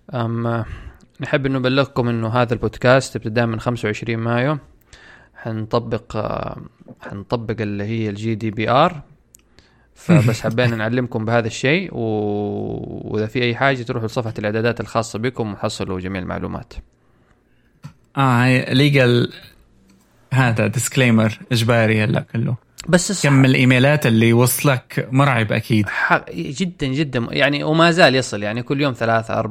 نحب إنه نبلغكم إنه هذا البودكاست ابتداء من 25 مايو حنطبق اللي هي GDPR. فبس حبينا نعلمكم بهذا الشيء، وإذا في أي حاجة تروحوا لصفحة الإعدادات الخاصة بكم وحصلوا جميع المعلومات. هاي legal، هذا ديسكليمر إجباري هلا كله. بس كم الإيميلات اللي وصلك مرعب أكيد جدا جدا يعني، وما زال يصل يعني كل يوم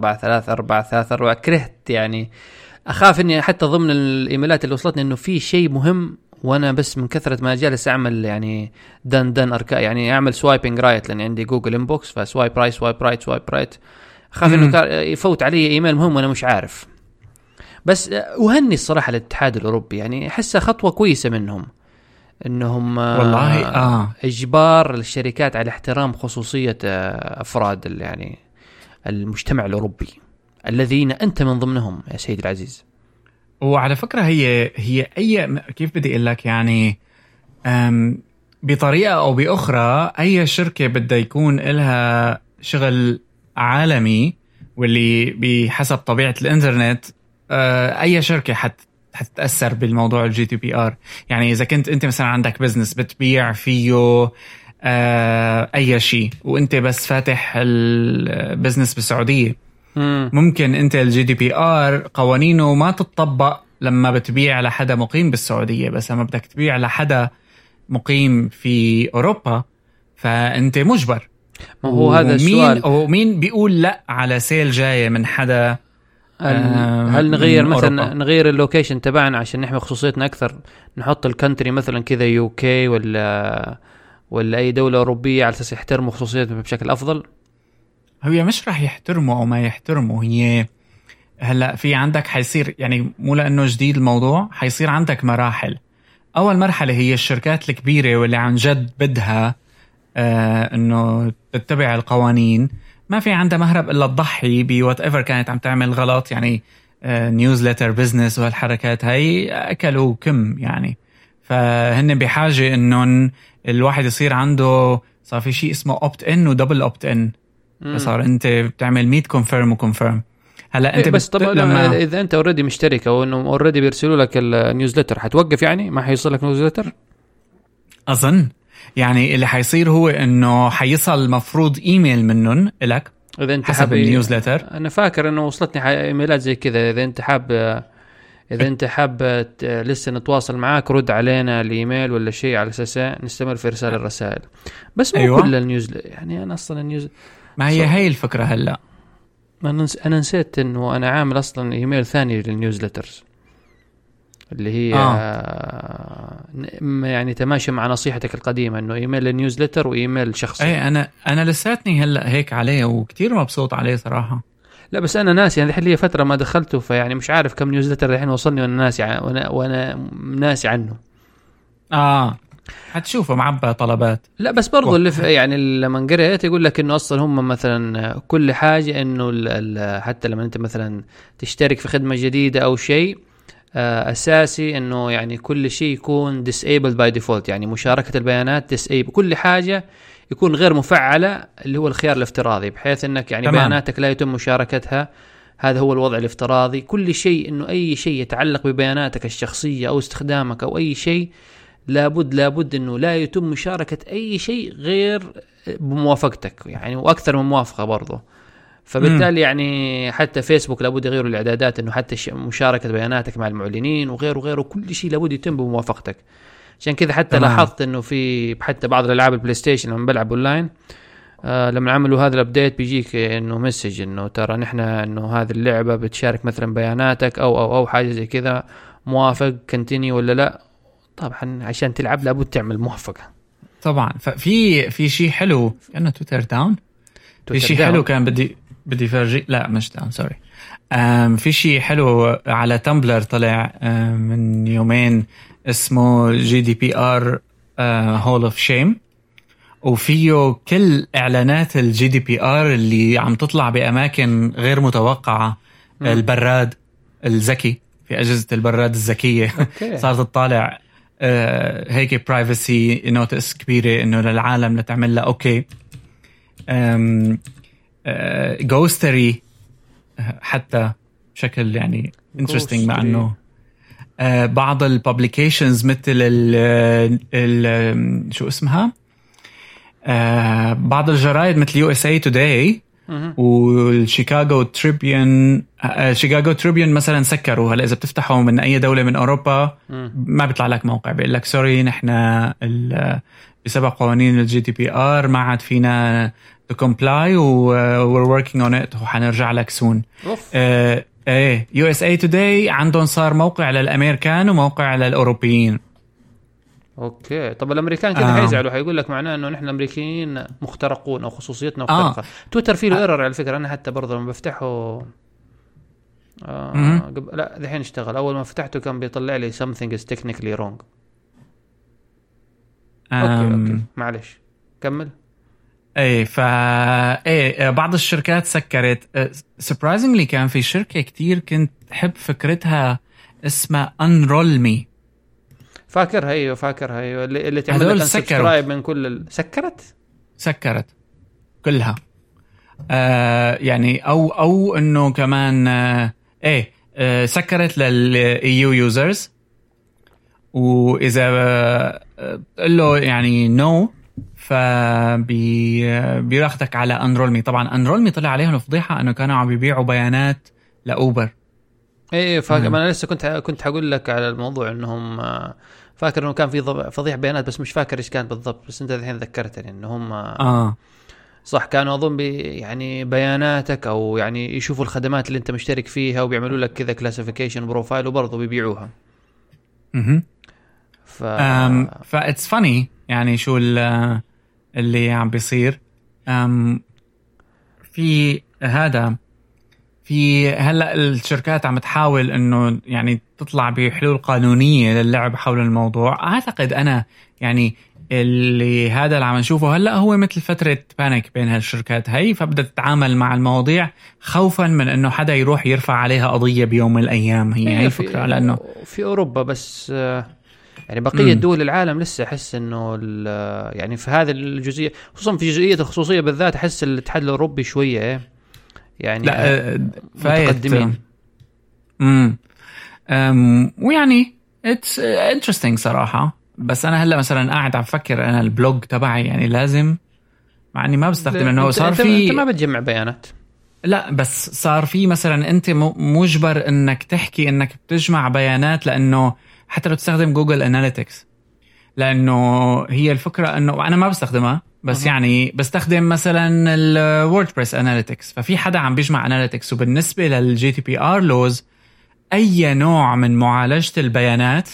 3-4 كرهت يعني. أخاف إني حتى ضمن الإيميلات اللي وصلتني إنه في شيء مهم، وأنا بس من كثرة ما جالس أعمل يعني دن يعني أعمل سوايبنج رايت، لأن عندي جوجل إنبوكس، فسوايب رايت. أخاف إنه يفوت علي إيميل مهم وأنا مش عارف. بس أهني الصراحة الاتحاد الأوروبي، يعني أحسها خطوة كويسة منهم إنهم والله إجبار الشركات على احترام خصوصية أفراد يعني المجتمع الأوروبي الذين أنت من ضمنهم يا سيد العزيز. وعلى فكرة هي أي كيف بدي أقول لك يعني بطريقة أو بأخرى أي شركة بدها يكون لها شغل عالمي، واللي بحسب طبيعة الإنترنت أي شركة حتتأثر بالموضوع GDPR. يعني إذا كنت أنت مثلا عندك بزنس بتبيع فيه أي شيء وأنت بس فاتح البزنس بالسعودية، ممكن أنت GDPR قوانينه ما تطبق لما بتبيع لحدا مقيم بالسعودية، بس لما بدك تبيع لحدا مقيم في أوروبا فأنت مجبر. ما هو هذا السؤال، ومين بيقول لا على سيل جاية من حدا؟ هل نغير مثلا نغير اللوكيشن تبعنا عشان نحمي خصوصيتنا أكثر، نحط الكنتري مثلا كذا UK ولا أي دولة أوروبية على أساس يحترموا خصوصيتنا بشكل أفضل؟ هي مش راح يحترموا أو ما يحترموا. هي هلأ في عندك حيصير يعني مو لأنه جديد الموضوع، حيصير عندك مراحل. أول مرحلة هي الشركات الكبيرة واللي عن جد بدها إنه تتبع القوانين، ما في عندها مهرب إلا تضحي بوات ايفر كانت عم تعمل غلط. يعني نيوزلتر بزنس وهالحركات هاي أكلوا كم يعني. فهن بحاجة إنه الواحد يصير عنده صار في شيء اسمه opt in ودبل opt in. فصار أنت بتعمل 100 confirm وconfirm. هلا أنت بس طبعا إذا أنت already مشترك أو إنه already بيرسلوا لك النيوزلتر حتوقف يعني ما حيوصل لك نيوزلتر أظن. يعني اللي حيصير هو إنه حيصل مفروض إيميل منهم لك إذا أنت حسب النيوزلتر. أنا فاكر إنه وصلتني إيميلات زي كذا. إذا أنت حاب لسه نتواصل معاك رد علينا الإيميل ولا شيء على أساس نستمر في إرسال الرسائل. بس مو كل النيوزلتر يعني. أنا أصلا ما هي هاي الفكرة. هلا أنا نسيت إنه أنا عامل أصلا إيميل ثاني للنيوزلترز اللي هي يعني تماشى مع نصيحتك القديمة إنه إيميل النيوزلتر وإيميل شخصي. أي أنا لساتني هلا هيك عليه وكتير مبسوط عليه صراحة. لا بس أنا ناسي يعني الحين لي فترة ما دخلته، فيعني مش عارف كم نيوزلتر الحين وصلني وأنا ناسي وأنا ناسي عنه. هتشوفه معبى طلبات. لا بس برضو اللي يعني لما قرأت يقول لك إنه أصلا هم مثلا كل حاجة إنه حتى لما أنت مثلا تشترك في خدمة جديدة أو شيء أساسي إنه يعني كل شيء يكون disabled by default، يعني مشاركة البيانات disable، كل حاجة يكون غير مفعلة اللي هو الخيار الافتراضي، بحيث إنك يعني تمام. بياناتك لا يتم مشاركتها. هذا هو الوضع الافتراضي. كل شيء إنه أي شيء يتعلق ببياناتك الشخصية أو استخدامك أو أي شيء لابد إنه لا يتم مشاركة أي شيء غير بموافقتك يعني، وأكثر من موافقة برضه. فبالتالي يعني حتى فيسبوك لابد يغيروا الإعدادات إنه حتى مشاركة بياناتك مع المعلنين وغيره كل شيء لابد يتم بموافقتك. عشان كذا حتى تمام. لاحظت إنه في حتى بعض الألعاب البلاي ستيشن لما بلعب أونلاين لما عملوا هذا الأبديت بيجيك إنه مسج إنه ترى نحن إنه هذه اللعبة بتشارك مثلا بياناتك أو حاجة زي كذا، موافق كنتيني ولا لا. طبعا عشان تلعب لابد تعمل موافقة طبعا. ففي شيء حلو كأنه تويتر داون. في شيء حلو كان بدي فرجي، لا مش داون سوري. في شيء حلو على تمبلر طلع من يومين اسمه GDPR Hall of Shame، وفيه كل إعلانات GDPR اللي عم تطلع بأماكن غير متوقعة. البراد الذكي في أجهزة البراد الذكية صارت تطالع هيك برايفسي نوتس كبيرة إنه للعالم لتعمل لها أوكي. جوستري حتى بشكل يعني interesting، مع انه بعض الببليكيشنز مثل ال شو اسمها، بعض الجرائد مثل USA Today والشيكاغو تريبيون، شيكاغو تريبيون مثلا سكروا. هلا اذا بتفتحوا من اي دوله من اوروبا ما بيطلع لك موقع، بيقول لك سوري نحن بسبب قوانين الجي دي بي ار ما عاد فينا to comply we're working on it وحنرجع لك soon. ايه USA Today عندهم صار موقع للامريكان وموقع للاوروبيين. اوكي طب الامريكان كده حيزعلوا، حيقول لك معناه انه نحن الامريكيين مخترقون او خصوصيتنا مخترقه. تويتر فيه له ايرور على فكره، انا حتى برضه لما بفتحه لا الحين اشتغل، اول ما فتحته كان بيطلع لي something is technically wrong. اوكي معلش كمل. ايه ايه بعض الشركات سكرت. surprisingly كان في شركه كتير كنت حب فكرتها اسمها Unroll Me. فاكرها ايوه اللي تعمل لك سبسكرايب من كل سكرت كلها. يعني او انه كمان سكرت للEU يوزرز، واذا قل له يعني نو فبياخدك على Unroll Me. طبعا Unroll Me طلع عليهم فضيحه انه كانوا عم يبيعوا بيانات لاوبر. ايه فاكر. انا لسه كنت هقول لك على الموضوع انهم فاكر انه كان في فضيح بيانات بس مش فاكر ايش كان بالضبط، بس انت الحين ذكرتني انه هم صح كانوا اظن يعني بياناتك او يعني يشوفوا الخدمات اللي انت مشترك فيها وبيعملوا لك كذا كلاسيفيكيشن بروفايل وبرضه بيبيعوها. فإتس فاني يعني شو اللي عم بيصير. في هذا في هلا الشركات عم تحاول انه يعني تطلع بحلول قانونيه للعب حول الموضوع. اعتقد انا يعني اللي هذا اللي عم نشوفه هلا هو مثل فتره بانيك بين هالشركات هي، فبدها تتعامل مع المواضيع خوفا من انه حدا يروح يرفع عليها قضيه بيوم من الايام. هي الفكره، لانه في اوروبا بس يعني بقيه دول العالم لسه احس انه يعني في هذه الجزئيه خصوصا في جزئيه الخصوصيه بالذات احس الاتحاد الاوروبي شويه يعني متقدمين. ويعني اتس انترستينج صراحه. بس انا هلا مثلا قاعد عم فكر انا البلوج تبعي يعني لازم، مع اني ما بستخدم انه صار في انت ما بتجمع بيانات. لا بس صار في مثلا انت مجبر انك تحكي انك بتجمع بيانات، لانه حتى لو تستخدم جوجل اناليتكس، لانه هي الفكره انه انا ما بستخدمها بس يعني بستخدم مثلا الووردبريس اناليتكس، ففي حدا عم بيجمع اناليتكس. وبالنسبه للجي تي بي ار لوز اي نوع من معالجه البيانات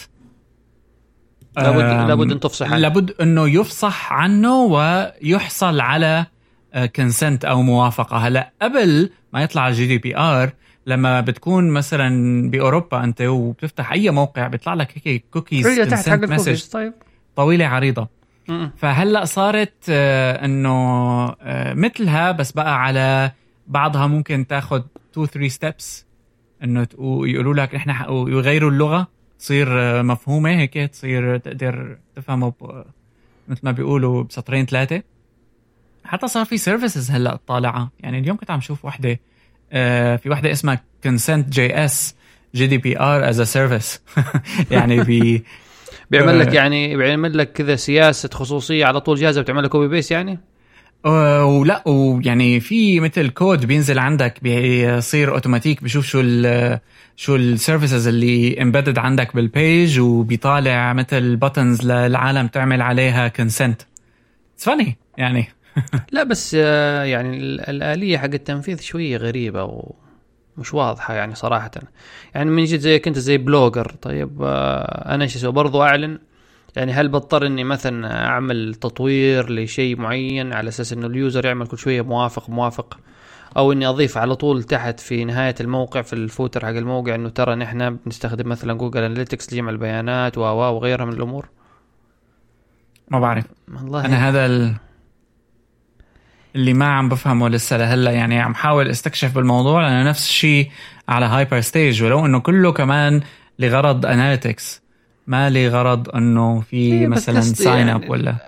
لابد ان تفصح عنه، لابد انه يفصح عنه ويحصل على كونسنت او موافقه. هلا قبل ما يطلع الجي دي بي ار لما بتكون مثلا باوروبا انت وبتفتح اي موقع بيطلع لك هيك كوكيز كونسنت مسج طيب طويله عريضه. فهلا صارت انه مثلها بس بقى على بعضها ممكن تاخد 2-3 ستيبس انه يقولوا لك احنا ويغيروا اللغه تصير مفهومه هيك، تصير تقدر تفهمه مثل ما بيقولوا بسطرين 3. حتى صار في سيرفيسز هلا طالعه. يعني اليوم كنت عم شوف وحده في وحده اسمها consent.js GDPR as a service يعني بيعمل لك يعني بيعمل لك كذا سياسه خصوصيه على طول جاهزه بتعمل لك كوبي بيست يعني. ولا ويعني في مثل كود بينزل عندك بيصير اوتوماتيك بيشوف شو السيرفيسز اللي امبيدد عندك بالبيج، وبيطالع مثل باتنز للعالم تعمل عليها كونسنت. فاني يعني لا بس يعني الآلية حق التنفيذ شوية غريبة ومش واضحة يعني صراحة. يعني من جد زي كنت زي بلوجر، طيب أنا إيش أسوي برضو أعلن؟ يعني هل بضطر إني مثلا أعمل تطوير لشيء معين على أساس إنه اليوزر يعمل كل شوية موافق، أو إني أضيف على طول تحت في نهاية الموقع في الفوتر حق الموقع إنه ترى نحن بنستخدم مثلا جوجل أناليتكس لجمع البيانات وغيرها من الأمور؟ ما بعرف أنا هذا اللي ما عم بفهمه لسه لهلا. يعني عم حاول استكشف بالموضوع لأنه نفس الشيء على هايبر ستيج، ولو إنه كله كمان لغرض أناليتكس ما لغرض إنه في مثلا ساين اب ولا.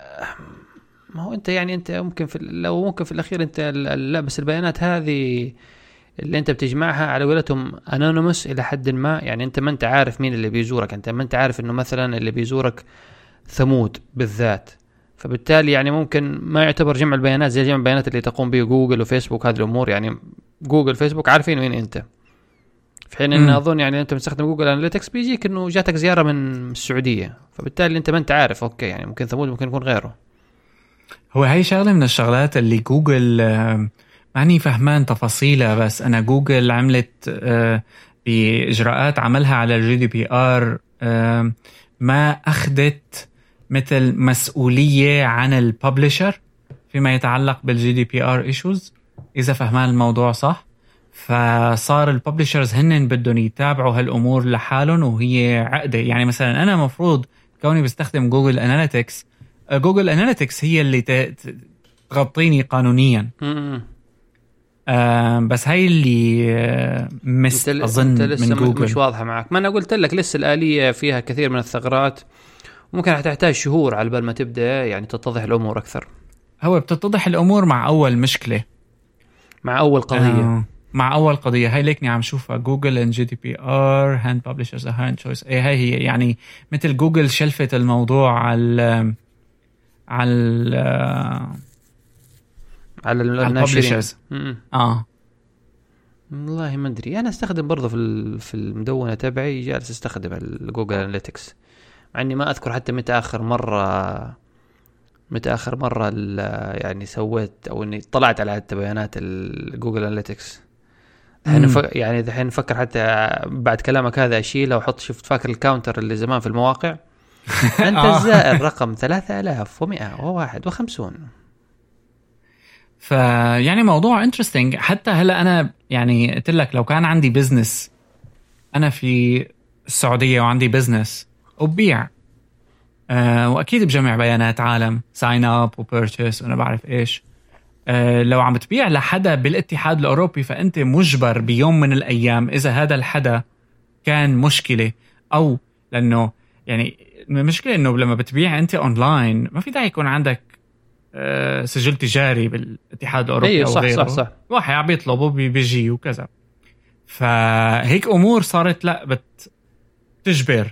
ما هو أنت يعني أنت ممكن ممكن في الأخير أنت لا بس البيانات هذه اللي انت بتجمعها على قولتهم انونيموس الى حد ما، يعني انت ما انت عارف مين اللي بيزورك، انت ما انت عارف انه مثلا اللي بيزورك ثمود بالذات، فبالتالي يعني ممكن ما يعتبر جمع البيانات زي جمع البيانات اللي تقوم به جوجل وفيسبوك. هذه الامور يعني جوجل فيسبوك عارفين وين انت، في حين ان اظن يعني انت مستخدم جوجل اناليتكس بيجيك انه جاتك زياره من السعوديه، فبالتالي انت ما انت عارف اوكي يعني ممكن ثمود ممكن يكون غيره. هو هاي شغله من الشغلات اللي جوجل ماني فهمان تفاصيلها، بس انا جوجل عملت باجراءات عملها على الجي دي بي ار ما اخذت مثل مسؤوليه عن الببلشر فيما يتعلق بالجي دي بي ار ايشوز، اذا فهمان الموضوع صح. فصار الببلشرز هن بدهم يتابعوا هالامور لحالهم، وهي عقده. يعني مثلا انا مفروض كوني بستخدم جوجل اناليتكس، جوجل اناليتكس هي اللي تغطيني قانونيا. بس هاي اللي اظن من جوجل مش واضحه معك. ما انا قلت لك لسه الآلية فيها كثير من الثغرات، ممكن حتحتاج شهور على بال ما تبدا يعني تتضح الامور اكثر. هو بتتضح الامور مع اول مشكله، مع اول قضيه. مع اول قضيه هاي ليكني عم شوفها جوجل ان جي دي بي ار هاند ببلشرز هاند تشويس. هاي هي يعني مثل جوجل شلفت الموضوع على الببلشرز. والله ما ادري، انا استخدم برضه في المدونه تبعي جالس استخدم الجوجل اناليتكس، مع اني ما اذكر حتى متى اخر مره يعني سويت او اني طلعت على بيانات الجوجل اناليتكس. يعني دحين نفكر حتى بعد كلامك هذا اشيله واحط. شفت فاكر الكاونتر اللي زمان في المواقع انت الزائر رقم 3151. فيعني موضوع انترستينج. حتى هلا انا يعني قلت لك لو كان عندي بزنس، انا في السعوديه وعندي بزنس وببيع واكيد بجمع بيانات عالم ساين اب وبيرتشيس وانا بعرف ايش. لو عم تبيع لحدا بالاتحاد الاوروبي فانت مجبر بيوم من الايام اذا هذا الحدا كان مشكله، او لانه يعني المشكله انه لما بتبيع انت اونلاين ما في داعي يكون عندك سجل تجاري بالاتحاد الاوروبي. أيوة او صح غيره. صح واحد عم يطلبه بيجي وكذا. فهيك امور صارت لا بتجبر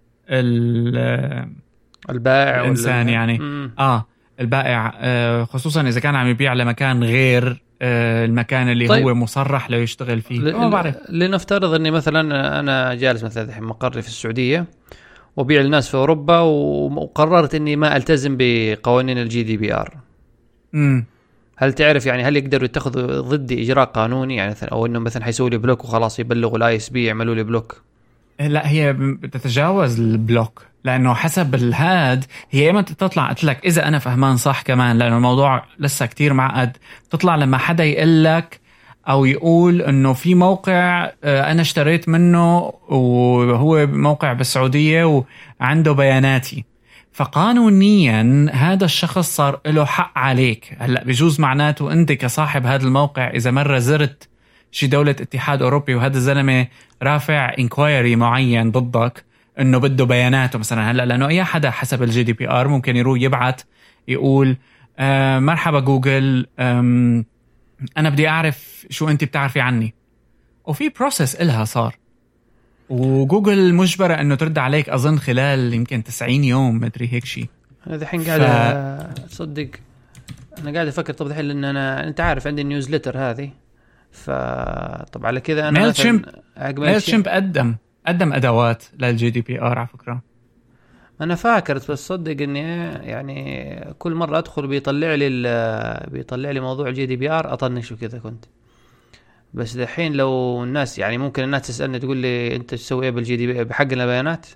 البائع الانسان يعني البائع خصوصا اذا كان عم يبيع لمكان غير المكان اللي طيب. هو مصرح له يشتغل فيه. ما بعرف. لنفترض اني مثلا انا جالس مثلا الحين مقري في السعوديه وبيع الناس في اوروبا وقررت اني ما التزم بقوانين الجي دي بي ار. هل تعرف يعني هل يقدروا يتخذوا ضدي اجراء قانوني يعني مثلا، او انه مثلا حيسوي لي بلوك وخلاص يبلغوا الاي اس بي يعملوا لي بلوك؟ لا هي بتتجاوز البلوك، لانه حسب الهاد هي ايمتى تطلع. قلت لك اذا انا فهمان صح كمان، لانه الموضوع لسه كتير معقد. تطلع لما حدا يقول لك او يقول انه في موقع انا اشتريت منه وهو موقع بالسعوديه وعنده بياناتي، فقانونيا هذا الشخص صار له حق عليك. هلا بجوز معناته انت كصاحب هذا الموقع اذا مره زرت شي دولة اتحاد أوروبي وهذا الزلمة رافع انكوايري معين ضدك إنه بده بياناته مثلا. هلا لأنه أي حدا حسب الجي دي بي آر ممكن يروح يبعت يقول مرحبا جوجل، أنا بدي أعرف شو أنت بتعرفي عني، وفي بروسس إلها صار، وجوجل مجبرة إنه ترد عليك أظن خلال يمكن 90 يوم مدري هيك شيء. أنا الحين قاعد أصدق أنا قاعد أفكر طب الحين لأن أنت عارف عندي النيوزليتر هذه، فطبعا على كذا انا ميلشيمب قدم ادوات للجي دي بي ار على فكره. انا فاكر بس صدق اني يعني كل مره ادخل بيطلع لي موضوع الجي دي بي ار اطنش وكذا كنت. بس الحين لو الناس يعني ممكن الناس تسالني تقول لي انت تسوي ايه بالجي دي بي بحقنا البيانات،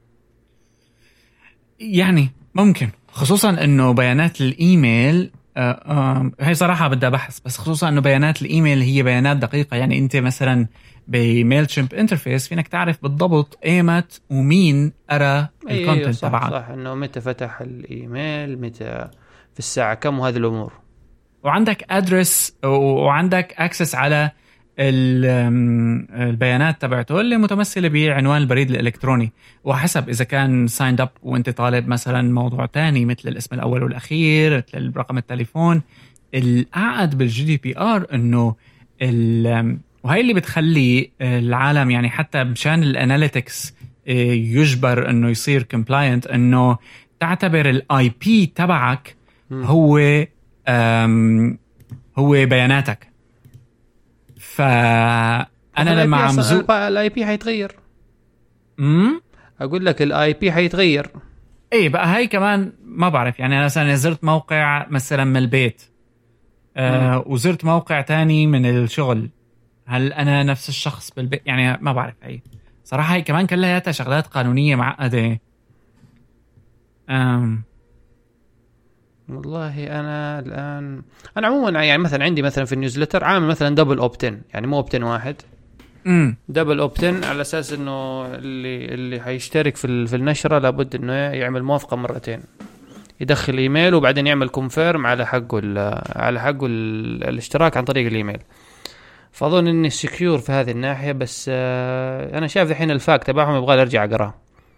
يعني ممكن، خصوصا انه بيانات الايميل هي صراحة بدها بحث، بس خصوصا انه بيانات الايميل هي بيانات دقيقة. يعني انت مثلا بميلشيمب انترفيس فينك تعرف بالضبط ايمت ومين ارى الكونتنت تبعك. صح انه متى فتح الايميل، متى في الساعة كم، وهذه الامور. وعندك ادرس وعندك اكسس على البيانات تبعته اللي متمثلة بعنوان البريد الإلكتروني، وحسب إذا كان سايند أب وانت طالب مثلا موضوع تاني مثل الاسم الأول والأخير، مثل رقم التليفون. الأعقد بالجي دي بي آر إنه وهي اللي بتخلي العالم يعني حتى مشان الاناليتكس يجبر انه يصير كومبلاينت، انه تعتبر الاي بي تبعك هو بياناتك. فانا لما عم زوق الاي بي حيتغير. اقول لك الاي بي حيتغير. ايه بقى هاي كمان ما بعرف. يعني انا مثلا زرت موقع مثلا من البيت وزرت موقع تاني من الشغل، هل انا نفس الشخص بالبيت؟ يعني ما بعرف. هاي صراحة هاي كمان كلها شغلات قانونية معقدة. والله انا الان انا عموما يعني مثلا عندي مثلا في النيوزلتر عامل مثلا دبل اوبتن، يعني مو اوبتن واحد، دبل اوبتن، على اساس انه اللي حيشترك في النشره لابد انه يعمل موافقه مرتين، يدخل ايميل وبعدين يعمل كونفيرم على حقه الاشتراك عن طريق الايميل. فاظن اني سكيور في هذه الناحيه. بس انا شايف الحين الفاك تبعهم يبغى ارجع اقراه.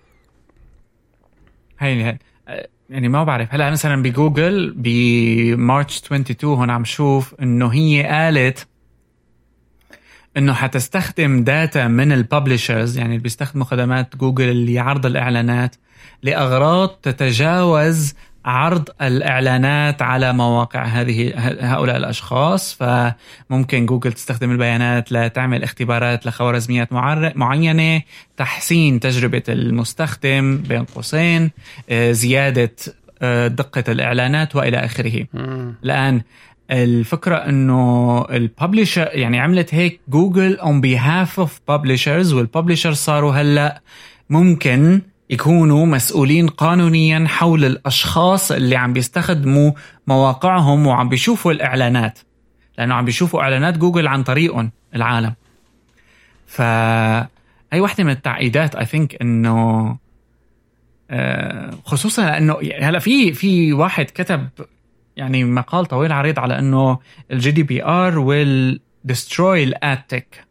هاي يعني ما بعرف. هلا مثلا بجوجل بمارش 22 هون عم شوف انه هي قالت انه حتستخدم داتا من الببلشرز، يعني اللي بيستخدموا خدمات جوجل اللي عرض الاعلانات، لاغراض تتجاوز عرض الإعلانات على مواقع هؤلاء الأشخاص. فممكن جوجل تستخدم البيانات لتعمل اختبارات لخوارزميات معينة، تحسين تجربة المستخدم بين قوسين، زيادة دقة الإعلانات وإلى آخره. الآن الفكرة أنه الببلشر يعني عملت هيك جوجل on behalf of publishers، والببلشرز صاروا هلأ ممكن يكونوا مسؤولين قانونيا حول الأشخاص اللي عم بيستخدموا مواقعهم وعم بيشوفوا الإعلانات، لأنه عم بيشوفوا إعلانات جوجل عن طريقهم العالم. فهي واحدة من التعقيدات I think إنه خصوصا لأنه هلا في واحد كتب يعني مقال طويل عريض على إنه الGDPR will destroy الادتك.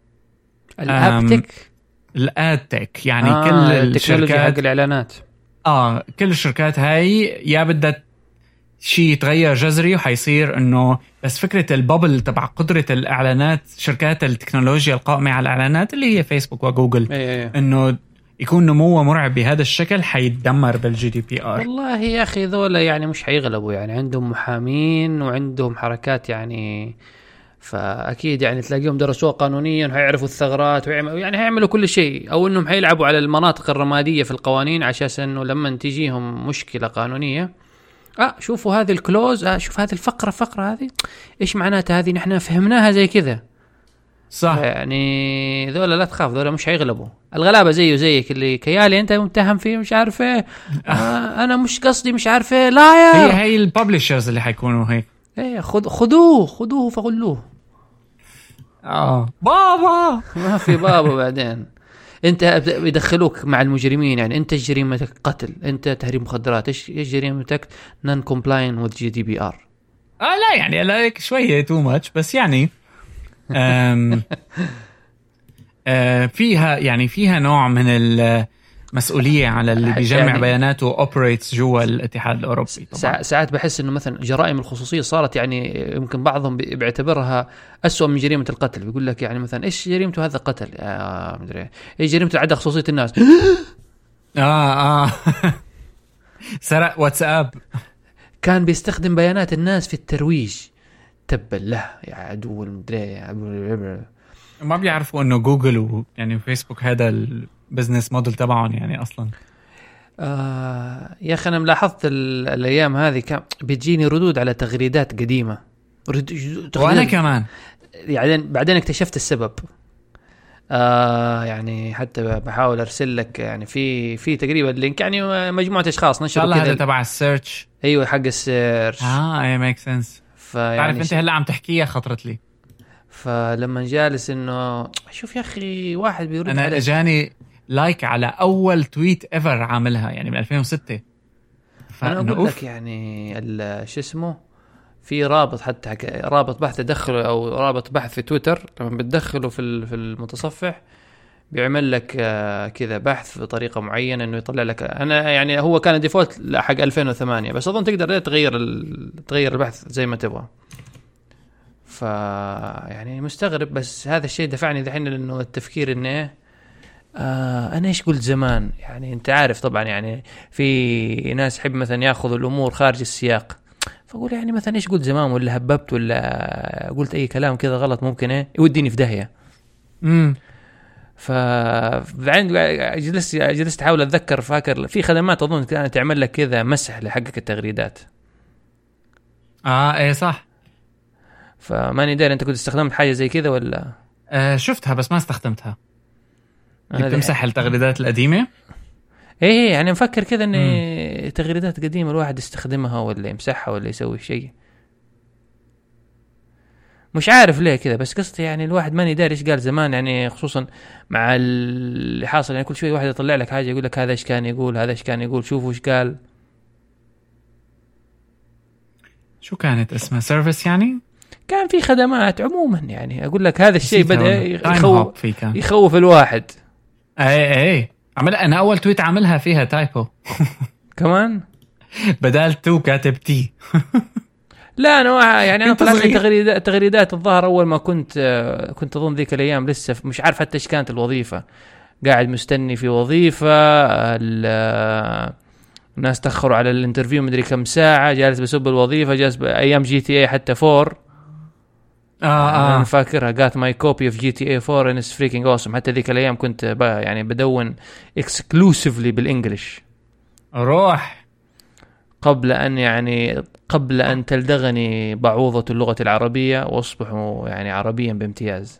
الادتك يعني كل الشركات حق الاعلانات. كل الشركات هاي يا بدها شيء يتغير جذري، وحيصير انه بس فكرة البابل تبع قدرة الاعلانات، شركات التكنولوجيا القائمة على الاعلانات اللي هي فيسبوك وجوجل، انه يكون نموه مرعب بهذا الشكل، حيتدمر بالGDPR. والله يا اخي ذولا يعني مش حيغلبوا، يعني عندهم محامين وعندهم حركات يعني، فأكيد يعني تلاقيهم درسوها قانونيا وهيعرفوا الثغرات يعني هيعملوا كل شيء، أو إنهم هيلعبوا على المناطق الرمادية في القوانين عشان إنه لما تجيهم مشكلة قانونية شوفوا هذه الكلوز، شوف هذه الفقرة هذه إيش معناتها، هذه نحن فهمناها زي كذا صح. يعني ذولا لا تخاف، ذولا مش هيغلبوا. الغلابة زيه زيك اللي كيالي أنت متهم فيه مش عارف إيه أنا مش قصدي مش عارف إيه، لا يا هي الببلشرز اللي حيكونوا هيك. خذوه فقولوه بابا ما في بابا. بعدين انت يدخلوك مع المجرمين، يعني انت جريمتك قتل، انت تهريب مخدرات، ايش جريمتك؟ نون كومبلاين وذ GDPR. لا يعني لا شويه تو ماتش، بس يعني فيها نوع من المسؤولية على اللي بيجمع يعني بياناته اوبريتس جوا الاتحاد الاوروبي. ساعات بحس انه مثلا جرائم الخصوصية صارت يعني يمكن بعضهم بيعتبرها أسوأ من جريمة القتل. بيقول لك يعني مثلا ايش جريمته هذا قتل، مدري ايش جريمته عدى خصوصية الناس. سرق واتساب، كان بيستخدم بيانات الناس في الترويج، تبا له يا عدو المدري. ما بيعرفوا انه جوجل يعني فيسبوك هذا البزنس موديل تبعهم يعني اصلا. يا اخي انا ملاحظت الايام هذه كان بتجيني ردود على تغريدات قديمه، وانا كمان يعني بعدين اكتشفت السبب. يعني حتى بحاول ارسل لك يعني في تقريبا لينك، يعني مجموعه اشخاص نشروا كذا. هذا تبع السيرش. ايوه حق السيرش. اي ميك سنس. تعرف انت هلا عم تحكيها خطرت لي. فلما جالس انه شوف يا اخي واحد بيرد انا اجاني لايك على اول تويت ايفر عاملها يعني من 2006. انا اقول لك يعني شو اسمه، في رابط حتى رابط بحث تدخله او رابط بحث في تويتر، لما بتدخله في المتصفح بيعمل لك كذا بحث بطريقه معينه انه يطلع لك. انا يعني هو كان ديفولت حق 2008 بس اظن تقدر تغير البحث زي ما تبغى. يعني مستغرب، بس هذا الشيء دفعني دحين لانه التفكير انه انا ايش قلت زمان. يعني انت عارف طبعا، يعني في ناس يحب مثلا ياخذوا الامور خارج السياق، فاقول يعني مثلا ايش قلت زمان، ولا هببت، ولا قلت اي كلام كذا غلط ممكن يوديني في داهيه. فبعدين جلست احاول اتذكر، فاكر في خدمات اظن كانت تعمل لك كذا مسح لحقك التغريدات. ايه صح. فماني داري انت كنت استخدمت حاجه زي كذا ولا؟ شفتها بس ما استخدمتها. بتمسح التغريدات القديمه. ايه يعني مفكر كذا ان تغريدات قديمه الواحد يستخدمها ولا يمسحها ولا يسوي شيء، مش عارف ليه كذا. بس قصتي يعني الواحد ماني داري ايش قال زمان، يعني خصوصا مع اللي حاصل. يعني كل شوي واحد يطلع لك حاجه يقول لك هذا ايش كان يقول، هذا ايش كان يقول، شوفوا ايش قال. شو كانت اسمها؟ سيرفيس يعني؟ كان في خدمات عموما، يعني اقول لك هذا الشيء بدأ يخوف الواحد. اي انا اول تويت عاملها فيها تايبو كمان بدال تو كاتب تي. لا انا طلعت لي تغريدات الظاهر اول ما كنت اظن ذيك الايام لسه مش عارف حتى ايش كانت الوظيفه، قاعد مستني في وظيفه، الناس تاخروا على الانترفيو مدري كم ساعه، جالس بسب الوظيفه، جالس ايام جي تي اي حتى 4. انا فاكرها got my copy of GTA 4 and it's freaking awesome. حتى ذيك الايام كنت يعني بدون exclusively بالانجليش، روح قبل أن تلدغني بعوضة اللغة العربية وأصبح يعني عربيا بامتياز.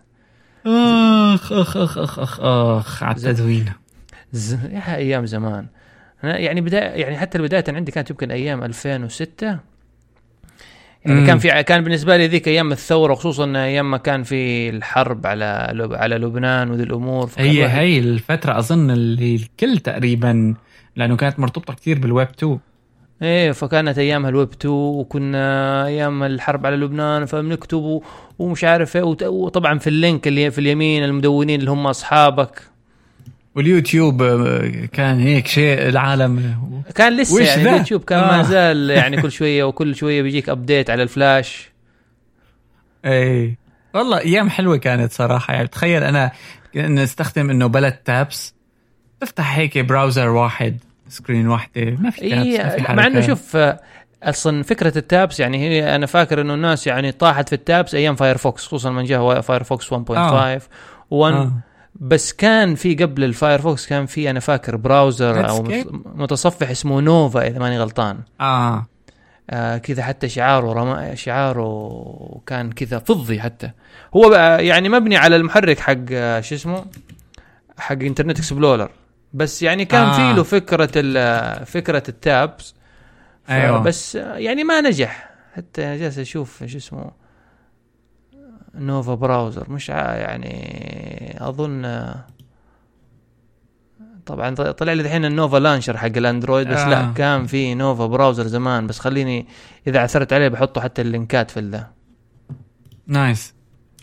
على التدوين يا أيام زمان. يعني حتى البداية عندي كانت يمكن أيام 2006. يعني كان بالنسبة لي ذيك أيام الثورة، خصوصا أيام ما كان في الحرب على لبنان وذي الأمور. هي الفترة أظن اللي الكل تقريبا، لأنه كانت مرتبطة كتير بالويب 2. ايه فكانت ايامها الويب 2، وكنا ايام الحرب على لبنان فبنكتب ومش عارف ايه، وطبعا في اللينك اللي في اليمين المدونين اللي هم اصحابك. واليوتيوب كان هيك شيء العالم كان لسه يعني اليوتيوب كان ما زال يعني كل شويه بيجيك ابديت على الفلاش. اي والله ايام حلوه كانت صراحه. يعني تخيل انا نستخدم انه بلد تابس، تفتح هيك براوزر واحد، سكرين واحدة، ما في تابس. مع انه شوف اصلا فكره التابس، يعني هي انا فاكر انه الناس يعني طاحت في التابس ايام فايرفوكس، خصوصا من جاء فايرفوكس 1.5 1. بس كان في قبل الفايرفوكس كان في انا فاكر براوزر او متصفح اسمه نوفا اذا ماني غلطان. كذا حتى شعاره كان كذا فضي، حتى هو يعني مبني على المحرك حق شو اسمه حق انترنت اكسبلورر، بس يعني كان في له فكرة التابس. أيوة. بس يعني ما نجح. حتى جالس اشوف شو اسمه نوفا براوزر، مش يعني اظن طبعا طلع لي الحين النوفا لانشر حق الاندرويد، بس لا كان في نوفا براوزر زمان. بس خليني اذا عثرت عليه بحطه حتى اللينكات في ذا. نايس.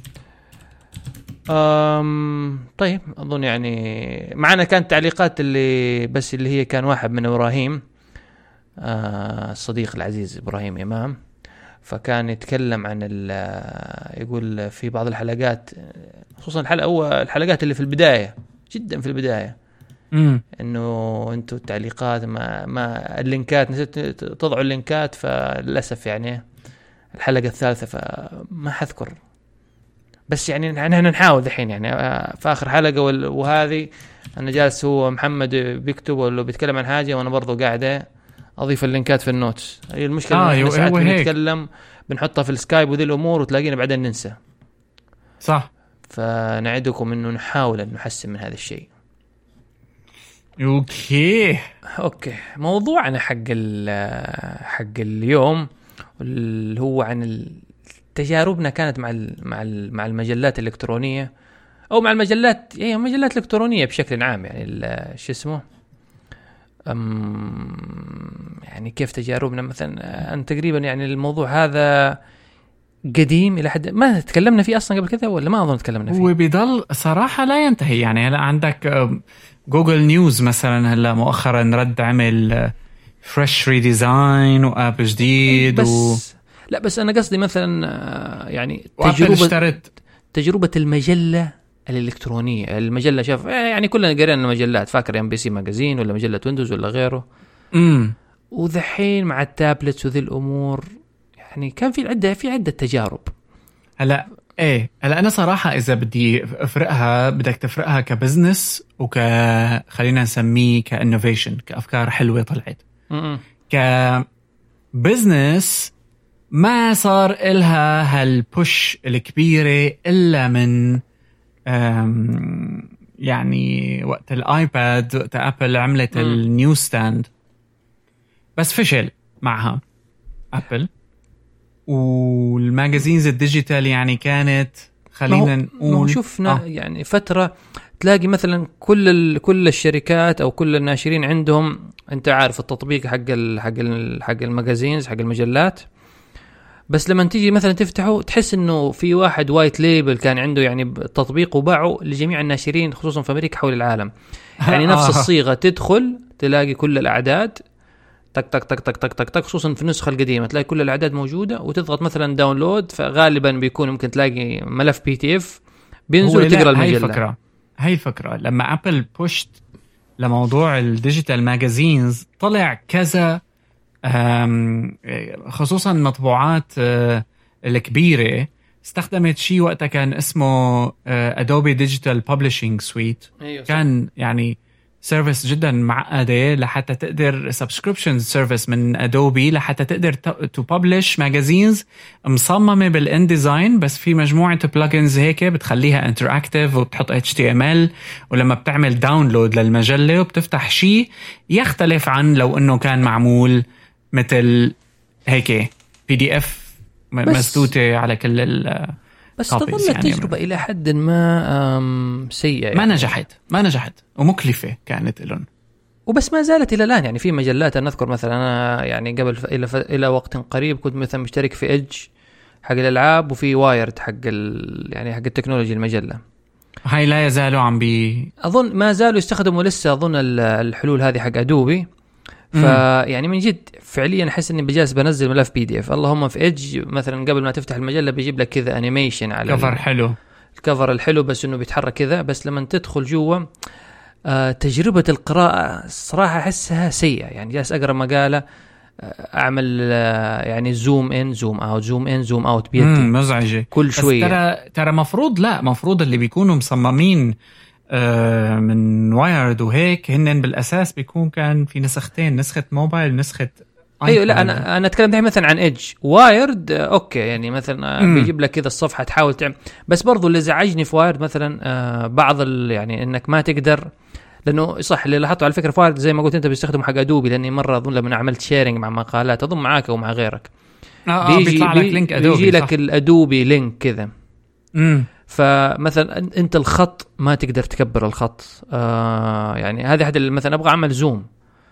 طيب أظن يعني معنا كانت تعليقات اللي هي كان واحد من إبراهيم، الصديق العزيز إبراهيم إمام. فكان يتكلم عن يقول في بعض الحلقات، خصوصا الحلقات اللي في البداية جدا في البداية، إنه أنتوا التعليقات ما اللينكات نسيت تضعوا اللينكات، فللأسف يعني الحلقة الثالثة فما حذكر. بس يعني نحن نحاول الحين يعني في آخر حلقة وهذه أنا جالس هو محمد بيكتب ولا بيتكلم عن حاجة وأنا برضو قاعدة أضيف اللينكات في النوتس. هي المشكلة ساعات بنتكلم بنحطها في السكايب وذي الأمور وتلاقينا بعدين ننسى. صح. فنعدكم إنه نحاول أن نحسن من هذا الشيء. أوكي موضوعنا حق اليوم اللي هو عن تجاربنا كانت مع المجلات الإلكترونية، أو مع المجلات مجلات إلكترونية بشكل عام. يعني شو اسمه يعني كيف تجاربنا مثلا. أن تقريبا يعني الموضوع هذا قديم إلى حد ما تكلمنا فيه أصلا قبل كذا، ولا ما أظن تكلمنا فيه. وبيضل صراحة لا ينتهي. يعني هلا عندك جوجل نيوز مثلا، هلا مؤخرا رد عمل فريش ريديزاين وآب جديد بس لا بس انا قصدي مثلا يعني تجربه المجله الالكترونيه. المجله شاف يعني كلنا قرينا المجلات، فاكر ام بي سي ماجازين ولا مجله ويندوز ولا غيره. وذحين مع التابلتس وذي الامور يعني كان في عده تجارب. هلا انا صراحه اذا بدي افرقها، بدك تفرقها كبزنس خلينا نسميه كانوفيشن، كافكار حلوه طلعت. كبزنس ما صار إلها هالبوش الكبيره الا من يعني وقت الايباد، وقت ابل عملت النيو ستاند، بس فشل معها ابل. والماجازينز الديجيتال يعني كانت خلينا نقول شفنا يعني فترة تلاقي مثلا كل الشركات او كل الناشرين عندهم، انت عارف التطبيق حق الماجازينز حق المجلات، بس لما تيجي مثلا تفتحه تحس انه في واحد وايت ليبل كان عنده يعني تطبيق وباعه لجميع الناشرين خصوصا في امريكا حول العالم. يعني نفس الصيغة، تدخل تلاقي كل الاعداد تك تك تك تك تك تك تك، خصوصا في النسخة القديمة تلاقي كل الأعداد موجودة، وتضغط مثلا داونلود، فغالبا بيكون ممكن تلاقي ملف PDF بينزل وتقرأ المجلة. هاي الفكرة لما أبل بوشت لموضوع الديجيتال ماجازينز، طلع كذا خصوصا مطبوعات الكبيرة استخدمت شيء وقتها كان اسمه أدوبي ديجيتال بابليشنج سويت. كان يعني سيرفيس جدا معقدة لحتى تقدر سبسكريبشن سيرفيس من أدوبي لحتى تقدر تو ببلش ماجازينز مصممة بالإن ديزاين، بس في مجموعة بلجنز هيك بتخليها انتراكتيف وبتحط HTML، ولما بتعمل داونلود للمجلة وبتفتح شيء يختلف عن لو إنه كان معمول مثل هيك PDF مسدوتة على كل بس تظل التجربة إلى حد ما سيئة يعني. ما نجحت ومكلفة كانت لهم، وبس ما زالت إلى الآن. يعني في مجلات أنا أذكر مثلا أنا يعني قبل إلى وقت قريب كنت مثلا مشترك في إيدج حق الألعاب، وفي وايرد يعني حق التكنولوجيا المجلة. هاي لا يزالوا أظن ما زالوا يستخدموا لسه أظن الحلول هذه حق أدوبي. فيعني من جد فعليا احس اني بجالس بنزل ملف PDF. اللهم في ايدج مثلا قبل ما تفتح المجله بيجيب لك كذا انيميشن على كفر حلو، الكفر الحلو بس انه بيتحرك كذا، بس لما تدخل جوا تجربه القراءه الصراحه احسها سيئه. يعني جالس اقرا مقاله اعمل يعني زوم ان زوم اوت زوم ان زوم اوت بيدي، مزعجه كل شويه. ترى مفروض اللي بيكونوا مصممين من وايرد وهيك هن بالاساس بيكون كان في نسختين، نسخه موبايل نسخه ايوه. لا انا اتكلم دحين مثلا عن ايدج. وايرد اوكي يعني مثلا بيجيب لك كذا الصفحه تحاول تعمل، بس برضو اللي زعجني في وايرد مثلا بعض يعني انك ما تقدر، لانه صح اللي لاحظته على فكره في وايرد زي ما قلت انت بيستخدموا حق ادوبي، لاني مره اظن لما عملت شيرنج مع مقالات اظن معاك او مع غيرك بيطلع لك لينك ادوبي، بيجي لك الادوبي لينك كذا. فمثلا انت الخط ما تقدر تكبر الخط يعني هذه حد مثلا ابغى اعمل زوم.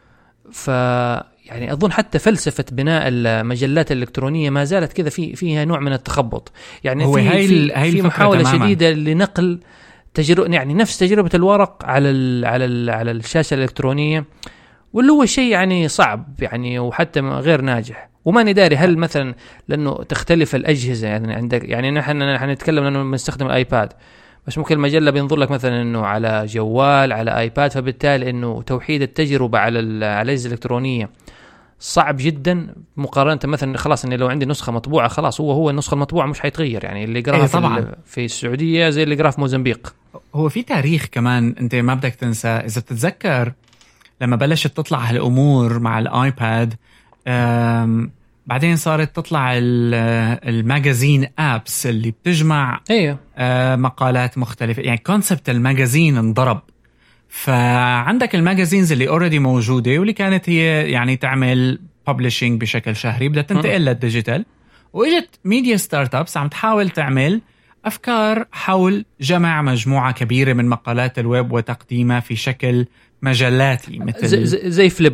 يعني اظن حتى فلسفه بناء المجلات الالكترونيه ما زالت كذا فيها نوع من التخبط. يعني هو في محاوله تماماً شديده لنقل تجربه، يعني نفس تجربه الورق على الشاشه الالكترونيه، واللي هو شيء يعني صعب يعني وحتى غير ناجح. وما نداري هل مثلا لانه تختلف الاجهزه، يعني عندك يعني نحن نتكلم لانه بنستخدم الايباد، بس ممكن المجله بينظر لك مثلا انه على جوال على ايباد، فبالتالي انه توحيد التجربه على الاجهزه الالكترونيه صعب جدا مقارنه مثلا خلاص اني لو عندي نسخه مطبوعه خلاص هو النسخه المطبوعه مش حيتغير. يعني اللي قراها في السعوديه زي اللي قراه في موزمبيق. هو في تاريخ كمان انت ما بدك تنسى، اذا بتتذكر لما بلشت تطلع هالامور مع الايباد، بعدين صارت تطلع الماجازين ابس اللي بتجمع مقالات مختلفة، يعني كونسبت الماجازين انضرب. فعندك الماجازينز اللي اوريدي موجودة واللي كانت هي يعني تعمل ببلشينج بشكل شهري بدها تنتقل للديجيتال، واجت ميديا ستارت ابس عم تحاول تعمل افكار حول جمع مجموعة كبيرة من مقالات الويب وتقديمها في شكل مجلاتي مثل زي فليب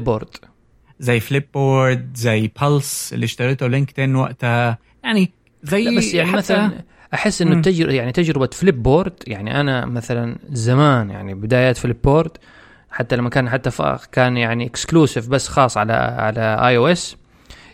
بورد، زي بلس اللي اشتريته لينكدين وقتها، يعني زي بس يعني مثلا احس انه تجربه فليب بورد، يعني انا مثلا زمان يعني بدايات فليب بورد حتى لما كان كان يعني اكسكلوسيف بس خاص على iOS،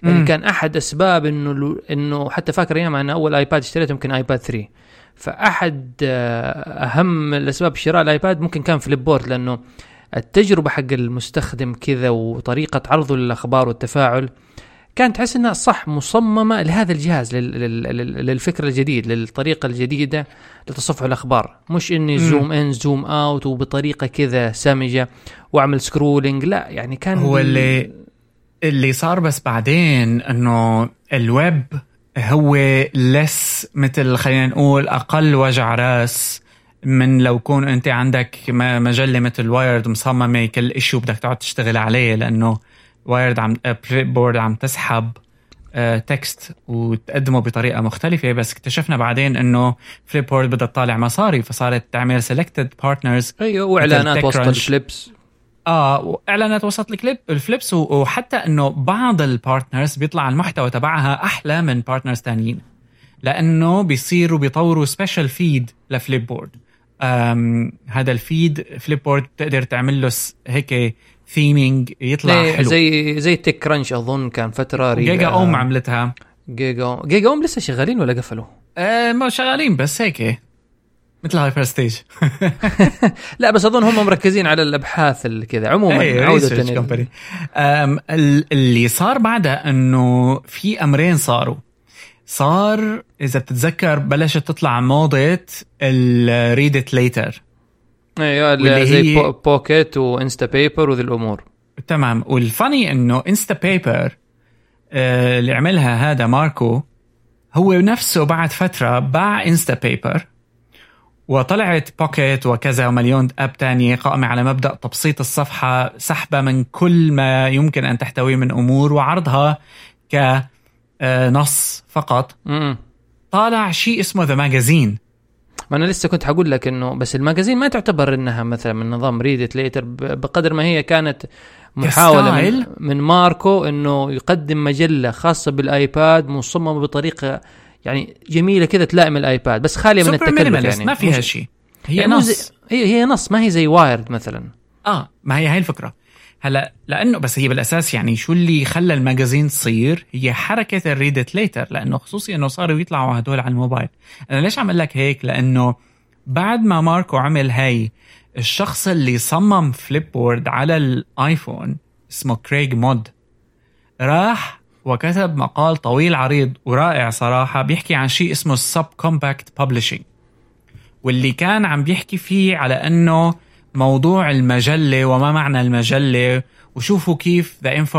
يعني كان احد اسباب انه حتى فاكر ايام انا اول ايباد اشتريته يمكن ايباد 3. فاحد اهم الاسباب شراء الايباد ممكن كان فليب بورد، لانه التجربه حق المستخدم كذا وطريقه عرضه للاخبار والتفاعل كانت تحس انها صح مصممه لهذا الجهاز، للفكره الجديد، للطريقه الجديده لتصفح الاخبار، مش اني زوم ان زوم اوت وبطريقه كذا سامجه واعمل سكرولينج. لا يعني كان هو اللي صار بس بعدين انه الويب هو لس مثل خلينا نقول اقل وجع راس من لو كون انت عندك مجله مثل وايرد مصممه كل شيء بدك تقعد تشتغل عليه، لانه وايرد فليب بورد عم تسحب تكست وتقدمه بطريقه مختلفه. بس اكتشفنا بعدين انه فليب بورد بدها تطالع مصاري، فصارت تعمل سيلكتد بارتنرز. ايوه واعلانات وسط الفليبس. اعلانات وسط الفليبس، وحتى انه بعض البارتنرز بيطلع المحتوى تبعها احلى من بارتنرز تانيين، لانه بيصيروا بيطوروا سبيشال فيد لفليب بورد. هذا الفيد فليب بورد تقدر تعمل له هيك ثيمينج يطلع حلو، زي تيك كرانش اظن كان فتره. جيجا اوم عملتها. جيجا اوم لسه شغالين ولا قفلوا؟ ما شغالين بس هيك مثل هايبر ستيج. لا بس اظن هم مركزين على الابحاث كذا عموما. عودة اللي صار بعدها انه في امرين صار اذا بتتذكر بلشت تطلع موضة الريدت ليتر. ايوه زي بوكيت وانستا بيبر وذي الامور. تمام. والفاني انه انستا بيبر اللي عملها هذا ماركو هو نفسه بعد فترة باع انستا بيبر، وطلعت بوكيت وكذا ومليون اب تانية قائمة على مبدأ تبسيط الصفحة، سحبة من كل ما يمكن أن تحتويه من أمور وعرضها كنص فقط. طالع شيء اسمه ذا ماجازين. ما أنا لسه كنت هقول لك إنه بس الماجازين ما تعتبر إنها مثلا من نظام ريدت ليتر بقدر ما هي كانت محاولة من ماركو إنه يقدم مجلة خاصة بالآيباد مصممة بطريقة يعني جميلة كده تلائم الآيباد بس خالية من التكلف، يعني ما فيها شيء. هي يعني نص. هي نص، ما هي زي وايرد مثلا. ما هي الفكرة. هلا لأنه بس هي بالأساس يعني شو اللي خلى الماجازين تصير هي حركة الريدت ليتر، لأنه خصوصي أنه صاروا يطلعوا هدول على الموبايل. أنا ليش عمل لك هيك؟ لأنه بعد ما ماركو عمل هاي، الشخص اللي صمم فليب بورد على الآيفون اسمه كريغ مود راح وكتب مقال طويل عريض ورائع صراحة بيحكي عن شيء اسمه السب كومباكت بابليشنج، واللي كان عم بيحكي فيه على أنه موضوع المجلة وما معنى المجلة، وشوفوا كيف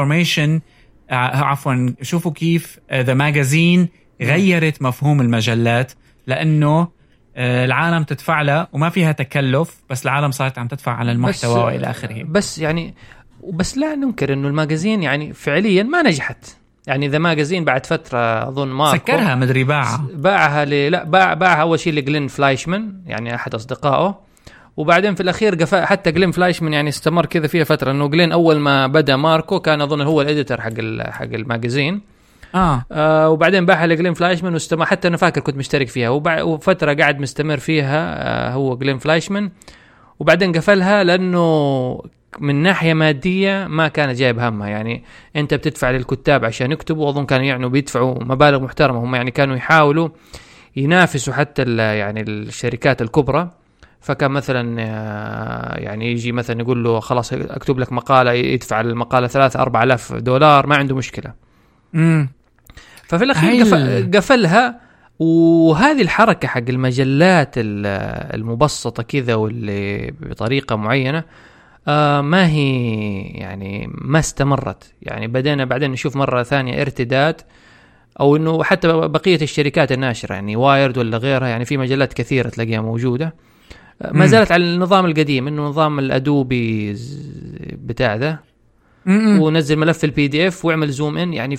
شوفوا كيف The Magazine غيرت مفهوم المجلات، لأنه العالم تدفع لها وما فيها تكلف، بس العالم صارت عم تدفع على المحتوى وإلى آخره. بس يعني بس لا ننكر إنه الماجازين يعني فعليا ما نجحت. يعني ذا ماجازين بعد فترة أظن ماركو سكرها مدري باعها أول شيء لجلين فلايشمان يعني أحد أصدقائه، وبعدين في الأخير حتى جلين فلايشمان يعني استمر كذا فيها فترة. إنه جلين أول ما بدأ ماركو كان أظن هو الإديتور حق الماجازين. وبعدين باعها لجلين فلايشمان واستمر، حتى أنا فاكر كنت مشترك فيها وفترة قاعد مستمر فيها هو جلين فلايشمان، وبعدين قفلها لأنه من ناحية مادية ما كان جايب همها. يعني أنت بتدفع للكتاب عشان يكتبوا، وأظن كانوا يعني بيدفعوا مبالغ محترمة، هم يعني كانوا يحاولوا ينافسوا حتى يعني الشركات الكبرى. فكان مثلا يعني يجي مثلا يقول له خلاص اكتب لك مقالة، يدفع المقالة 3-4 آلاف دولار ما عنده مشكلة. ففي الأخير قفلها. وهذه الحركة حق المجلات المبسطة كذا واللي بطريقة معينة ما هي يعني ما استمرت. يعني بدينا بعدين نشوف مرة ثانية ارتداد، أو إنه حتى بقية الشركات الناشرة يعني وايرد ولا غيرها، يعني في مجلات كثيرة تلاقيها موجودة ما زالت على النظام القديم، إنه نظام الأدوبي بتاع ذا، ونزل ملف الPDF واعمل زوم إن. يعني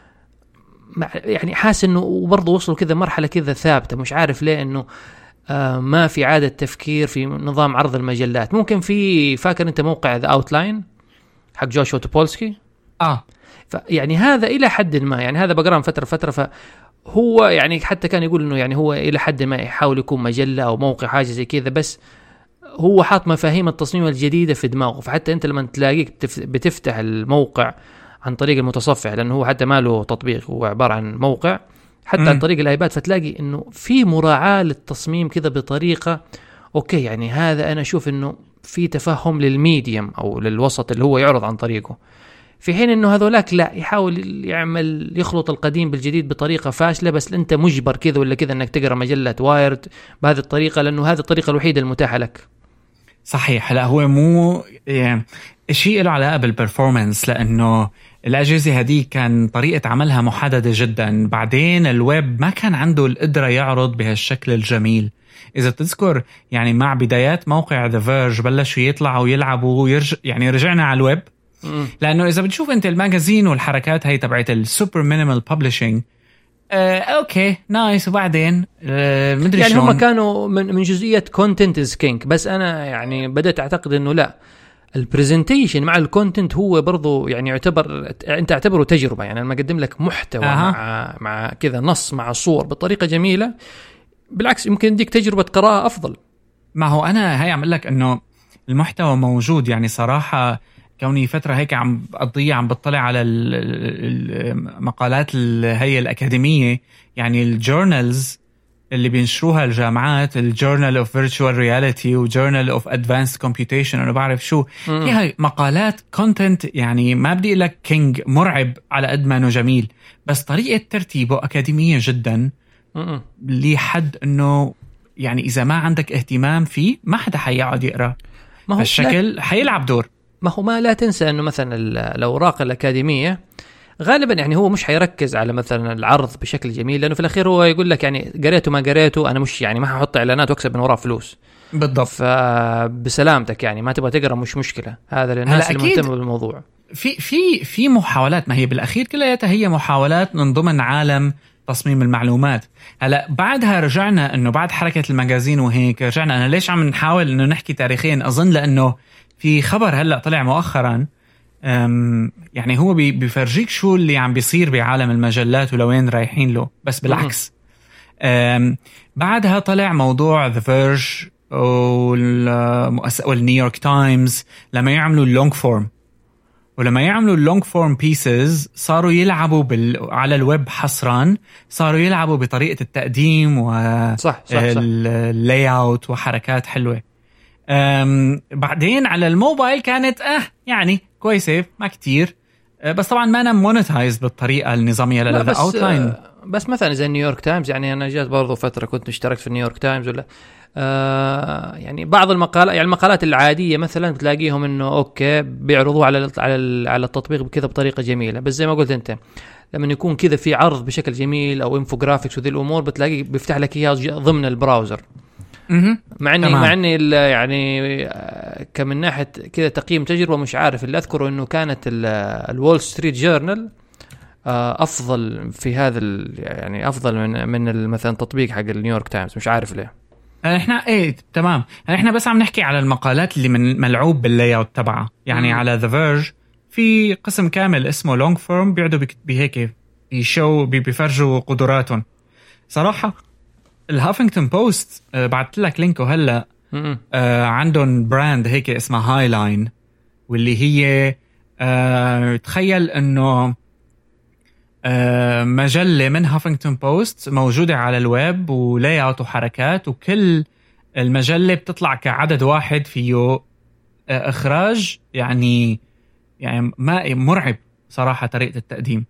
يعني حاس إنه وبرضه وصلوا كذا مرحلة كذا ثابتة، مش عارف ليه إنه ما في عادة تفكير في نظام عرض المجلات. ممكن في فاكر أنت موقع ذا أوتلاين حق جوشوا توبولسكي؟ يعني هذا إلى حد ما، يعني هذا بقرأ من فترة فهو يعني حتى كان يقول إنه يعني هو إلى حد ما يحاول يكون مجلة أو موقع حاجة زي كذا، بس هو حاط مفاهيم التصميم الجديدة في دماغه. فحتى أنت لما تلاقيك بتفتح الموقع عن طريق المتصفح، لأنه هو حتى ما له تطبيق، هو عبارة عن موقع حتى عن طريق الآيباد. فتلاقي إنه في مراعاة للتصميم كذا بطريقة أوكي، يعني هذا أنا أشوف إنه في تفهم للميديم أو للوسط اللي هو يعرض عن طريقه، في حين إنه هذولاك لا، يحاول يعمل يخلط القديم بالجديد بطريقة فاشلة، بس أنت مجبر كذا ولا كذا إنك تقرأ مجلة وايرد بهذه الطريقة، لأنه هذه الطريقة الوحيدة المتاحة لك. صحيح. لا هو مو يعني شيء له علاقة بالبرفورمانس، لأنه الأجهزة هذه كان طريقة عملها محددة جدا. بعدين الويب ما كان عنده القدرة يعرض بهالشكل الجميل. إذا تذكر يعني مع بدايات موقع The Verge بلشوا يطلعوا ويلعبوا يعني رجعنا على الويب، لأنه إذا بتشوف أنت الماجازين والحركات هاي تبعت السوبر مينيمال بابليشينج، اوكي نايس. وبعدين مدري يعني شلون هم كانوا من جزئية كونتنت از كينج، بس أنا يعني بدأت أعتقد إنه لا، البرزنتيشن مع الكونتنت هو برضو يعني يعتبر، أنت اعتبره تجربة. يعني أنا مقدم لك محتوى مع كذا نص مع صور بطريقة جميلة، بالعكس يمكن يديك تجربة قراءة أفضل. ما هو أنا هاي عمل لك إنه المحتوى موجود. يعني صراحة كوني فترة هيك عم بقضيها عم بطلع على المقالات هي الأكاديمية، يعني الجورنالز اللي بينشروها الجامعات، الجورنال اوف فيرتشوال رياليتي وجورنال اوف ادفانسد كومبيوتيشن، انا بعرف شو هي مقالات كونتنت. يعني ما بدي لك كينج مرعب على قد ما انه جميل، بس طريقة ترتيبه أكاديمية جدا لحد انه يعني اذا ما عندك اهتمام فيه ما حدا حيقعد يقرأ. فالشكل حيلعب دور. ما هو ما لا تنسى انه مثلا الاوراق الاكاديميه غالبا يعني هو مش حيركز على مثلا العرض بشكل جميل، لانه في الاخير هو يقول لك يعني قريته ما قريته، انا مش يعني ما ححط اعلانات واكسب من وراه فلوس. بالضبط. فبسلامتك يعني ما تبغى تقرا مش مشكله، هذا للناس اللي مهتمه بالموضوع. في محاولات، ما هي بالاخير كلها هي محاولات من ضمن عالم تصميم المعلومات. هلا بعدها رجعنا انه بعد حركه المجازين وهيك رجعنا. انا ليش عم نحاول انه نحكي تاريخيا؟ اظن لانه في خبر هلا طلع مؤخرا، يعني هو بيفرجيك شو اللي عم بيصير بعالم المجلات ولوين رايحين له، بس بالعكس. بعدها طلع موضوع The Verge والنيويورك تايمز لما يعملوا اللونج فورم، ولما يعملوا اللونج فورم بيسز صاروا يلعبوا على الويب حصرا، صاروا يلعبوا بطريقة التقديم واللاي اوت وحركات حلوة. بعدين على الموبايل كانت يعني كويسة ما كتير، بس طبعا ما أنا مونتايز بالطريقة النظامية للذا أوتلاين. بس مثلا زي نيويورك تايمز، يعني أنا جات برضو فترة كنت اشتركت في نيويورك تايمز ولا يعني بعض المقالات، يعني المقالات العادية مثلا بتلاقيهم إنه أوكي بيعرضوه على التطبيق بكذا بطريقة جميلة، بس زي ما قلت أنت لما يكون كذا في عرض بشكل جميل أو إنفوغرافيكس وذي الأمور بتلاقي بيفتح لك إياه ضمن البراوزر. مع اني يعني كمن ناحيه كذا تقييم تجربه مش عارف، اللي اذكره انه كانت الوول ستريت جورنال افضل في هذا يعني افضل من مثلا تطبيق حق النيويورك تايمز، مش عارف ليه. احنا تمام، احنا بس عم نحكي على المقالات اللي من ملعوب باللاي اوت تبعها. يعني على ذا فيرج في قسم كامل اسمه لونج فورم بيقعدوا بهيك بيفرجوا قدراتهم. صراحه الهافينغتون بوست بعت لك لينكه هلا، عندهم براند هيك اسمها هاي لاين، واللي هي تخيل انه مجله من هافينغتون بوست موجوده على الويب ولاي اوت وحركات، وكل المجله بتطلع كعدد واحد فيه اخراج. يعني ما مرعب صراحه طريقه التقديم،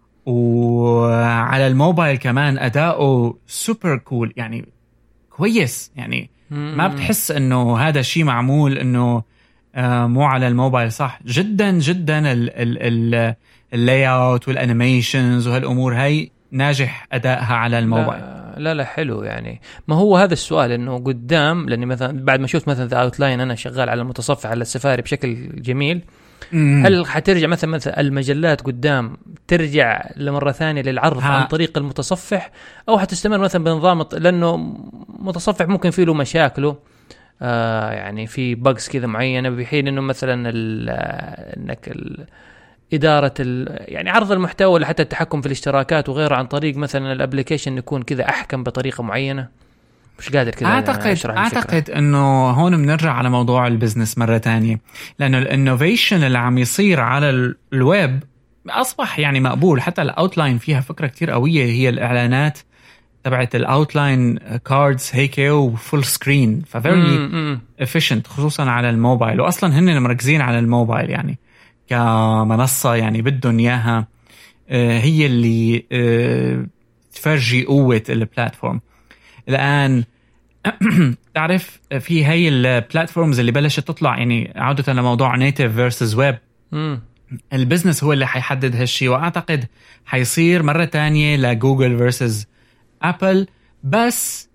وعلى الموبايل كمان أداؤه سوبر كول، يعني كويس. يعني ما بتحس إنه هذا الشيء معمول إنه مو على الموبايل. صح جدا جدا اللاي اوت والانيميشنز وهالأمور هاي ناجح أدائها على الموبايل. لا حلو. يعني ما هو هذا السؤال إنه قدام، لأني مثلا بعد ما شفت مثلا ذا أوتلاين أنا شغال على المتصفح على السفاري بشكل جميل، هل حترجع مثلا المجلات قدام ترجع لمرة ثانية للعرض عن طريق المتصفح، أو حتستمر مثلا بنظام، لأنه متصفح ممكن فيه له مشاكله، يعني في باجز كذا معينة، بحين إنه مثلا إنك إدارة يعني عرض المحتوى ولا حتى التحكم في الاشتراكات وغيره عن طريق مثلا الابليكيشن يكون كذا أحكم بطريقة معينة. مش قادر كذا أعتقد أنه هون بنرجع على موضوع البزنس مرة تانية، لأنه الانوفيشن اللي عم يصير على الويب اصبح يعني مقبول. حتى الاوتلاين فيها فكره كتير قويه، هي الاعلانات تبعت الاوتلاين كاردز هيك وفول سكرين، ففيري efficient خصوصا على الموبايل. واصلا هن مركزين على الموبايل يعني كمنصه، يعني بدهم اياها هي اللي تفرجي قوه البلاتفورم. الان تعرف في هاي البلاتفورمز اللي بلشت تطلع، يعني عودة لموضوع نيتيف فيرسز ويب، البزنس هو اللي حيحدد هالشي. واعتقد حيصير مرة تانية لجوجل فيرسز ابل، بس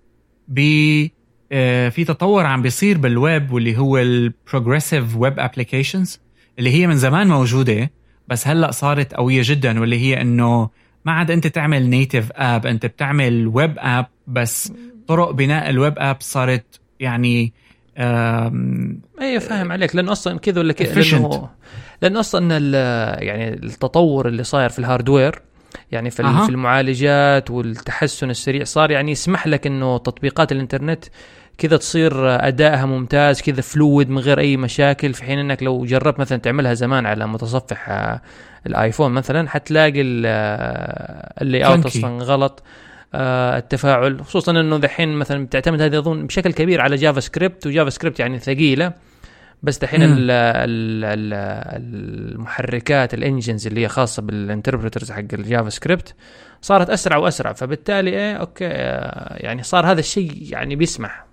في تطور عم بيصير بالويب، واللي هو البروجريسيف ويب ابليكيشنز، اللي هي من زمان موجودة بس هلأ صارت قوية جدا، واللي هي انه ما عاد انت تعمل نيتيف اب، انت بتعمل ويب اب، بس طرق بناء الويب اب صارت يعني ايه فاهم عليك. لانه اصلا كذا ولا كذا، لانه اصلا يعني التطور اللي صاير في الهاردوير، يعني في المعالجات والتحسن السريع، صار يعني يسمح لك انه تطبيقات الانترنت كذا تصير ادائها ممتاز كذا فلويد من غير اي مشاكل، في حين انك لو جربت مثلا تعملها زمان على متصفح الايفون مثلا حتلاقي اللي اوت اصلا غلط، التفاعل، خصوصا انه دحين مثلا بتعتمد هذه اظن بشكل كبير على جافا سكريبت، وجافا سكريبت يعني ثقيله، بس دحين المحركات الانجنز اللي هي خاصه بالانتربريترز حق الجافا سكريبت صارت اسرع واسرع، فبالتالي اوكي يعني صار هذا الشيء يعني بيسمح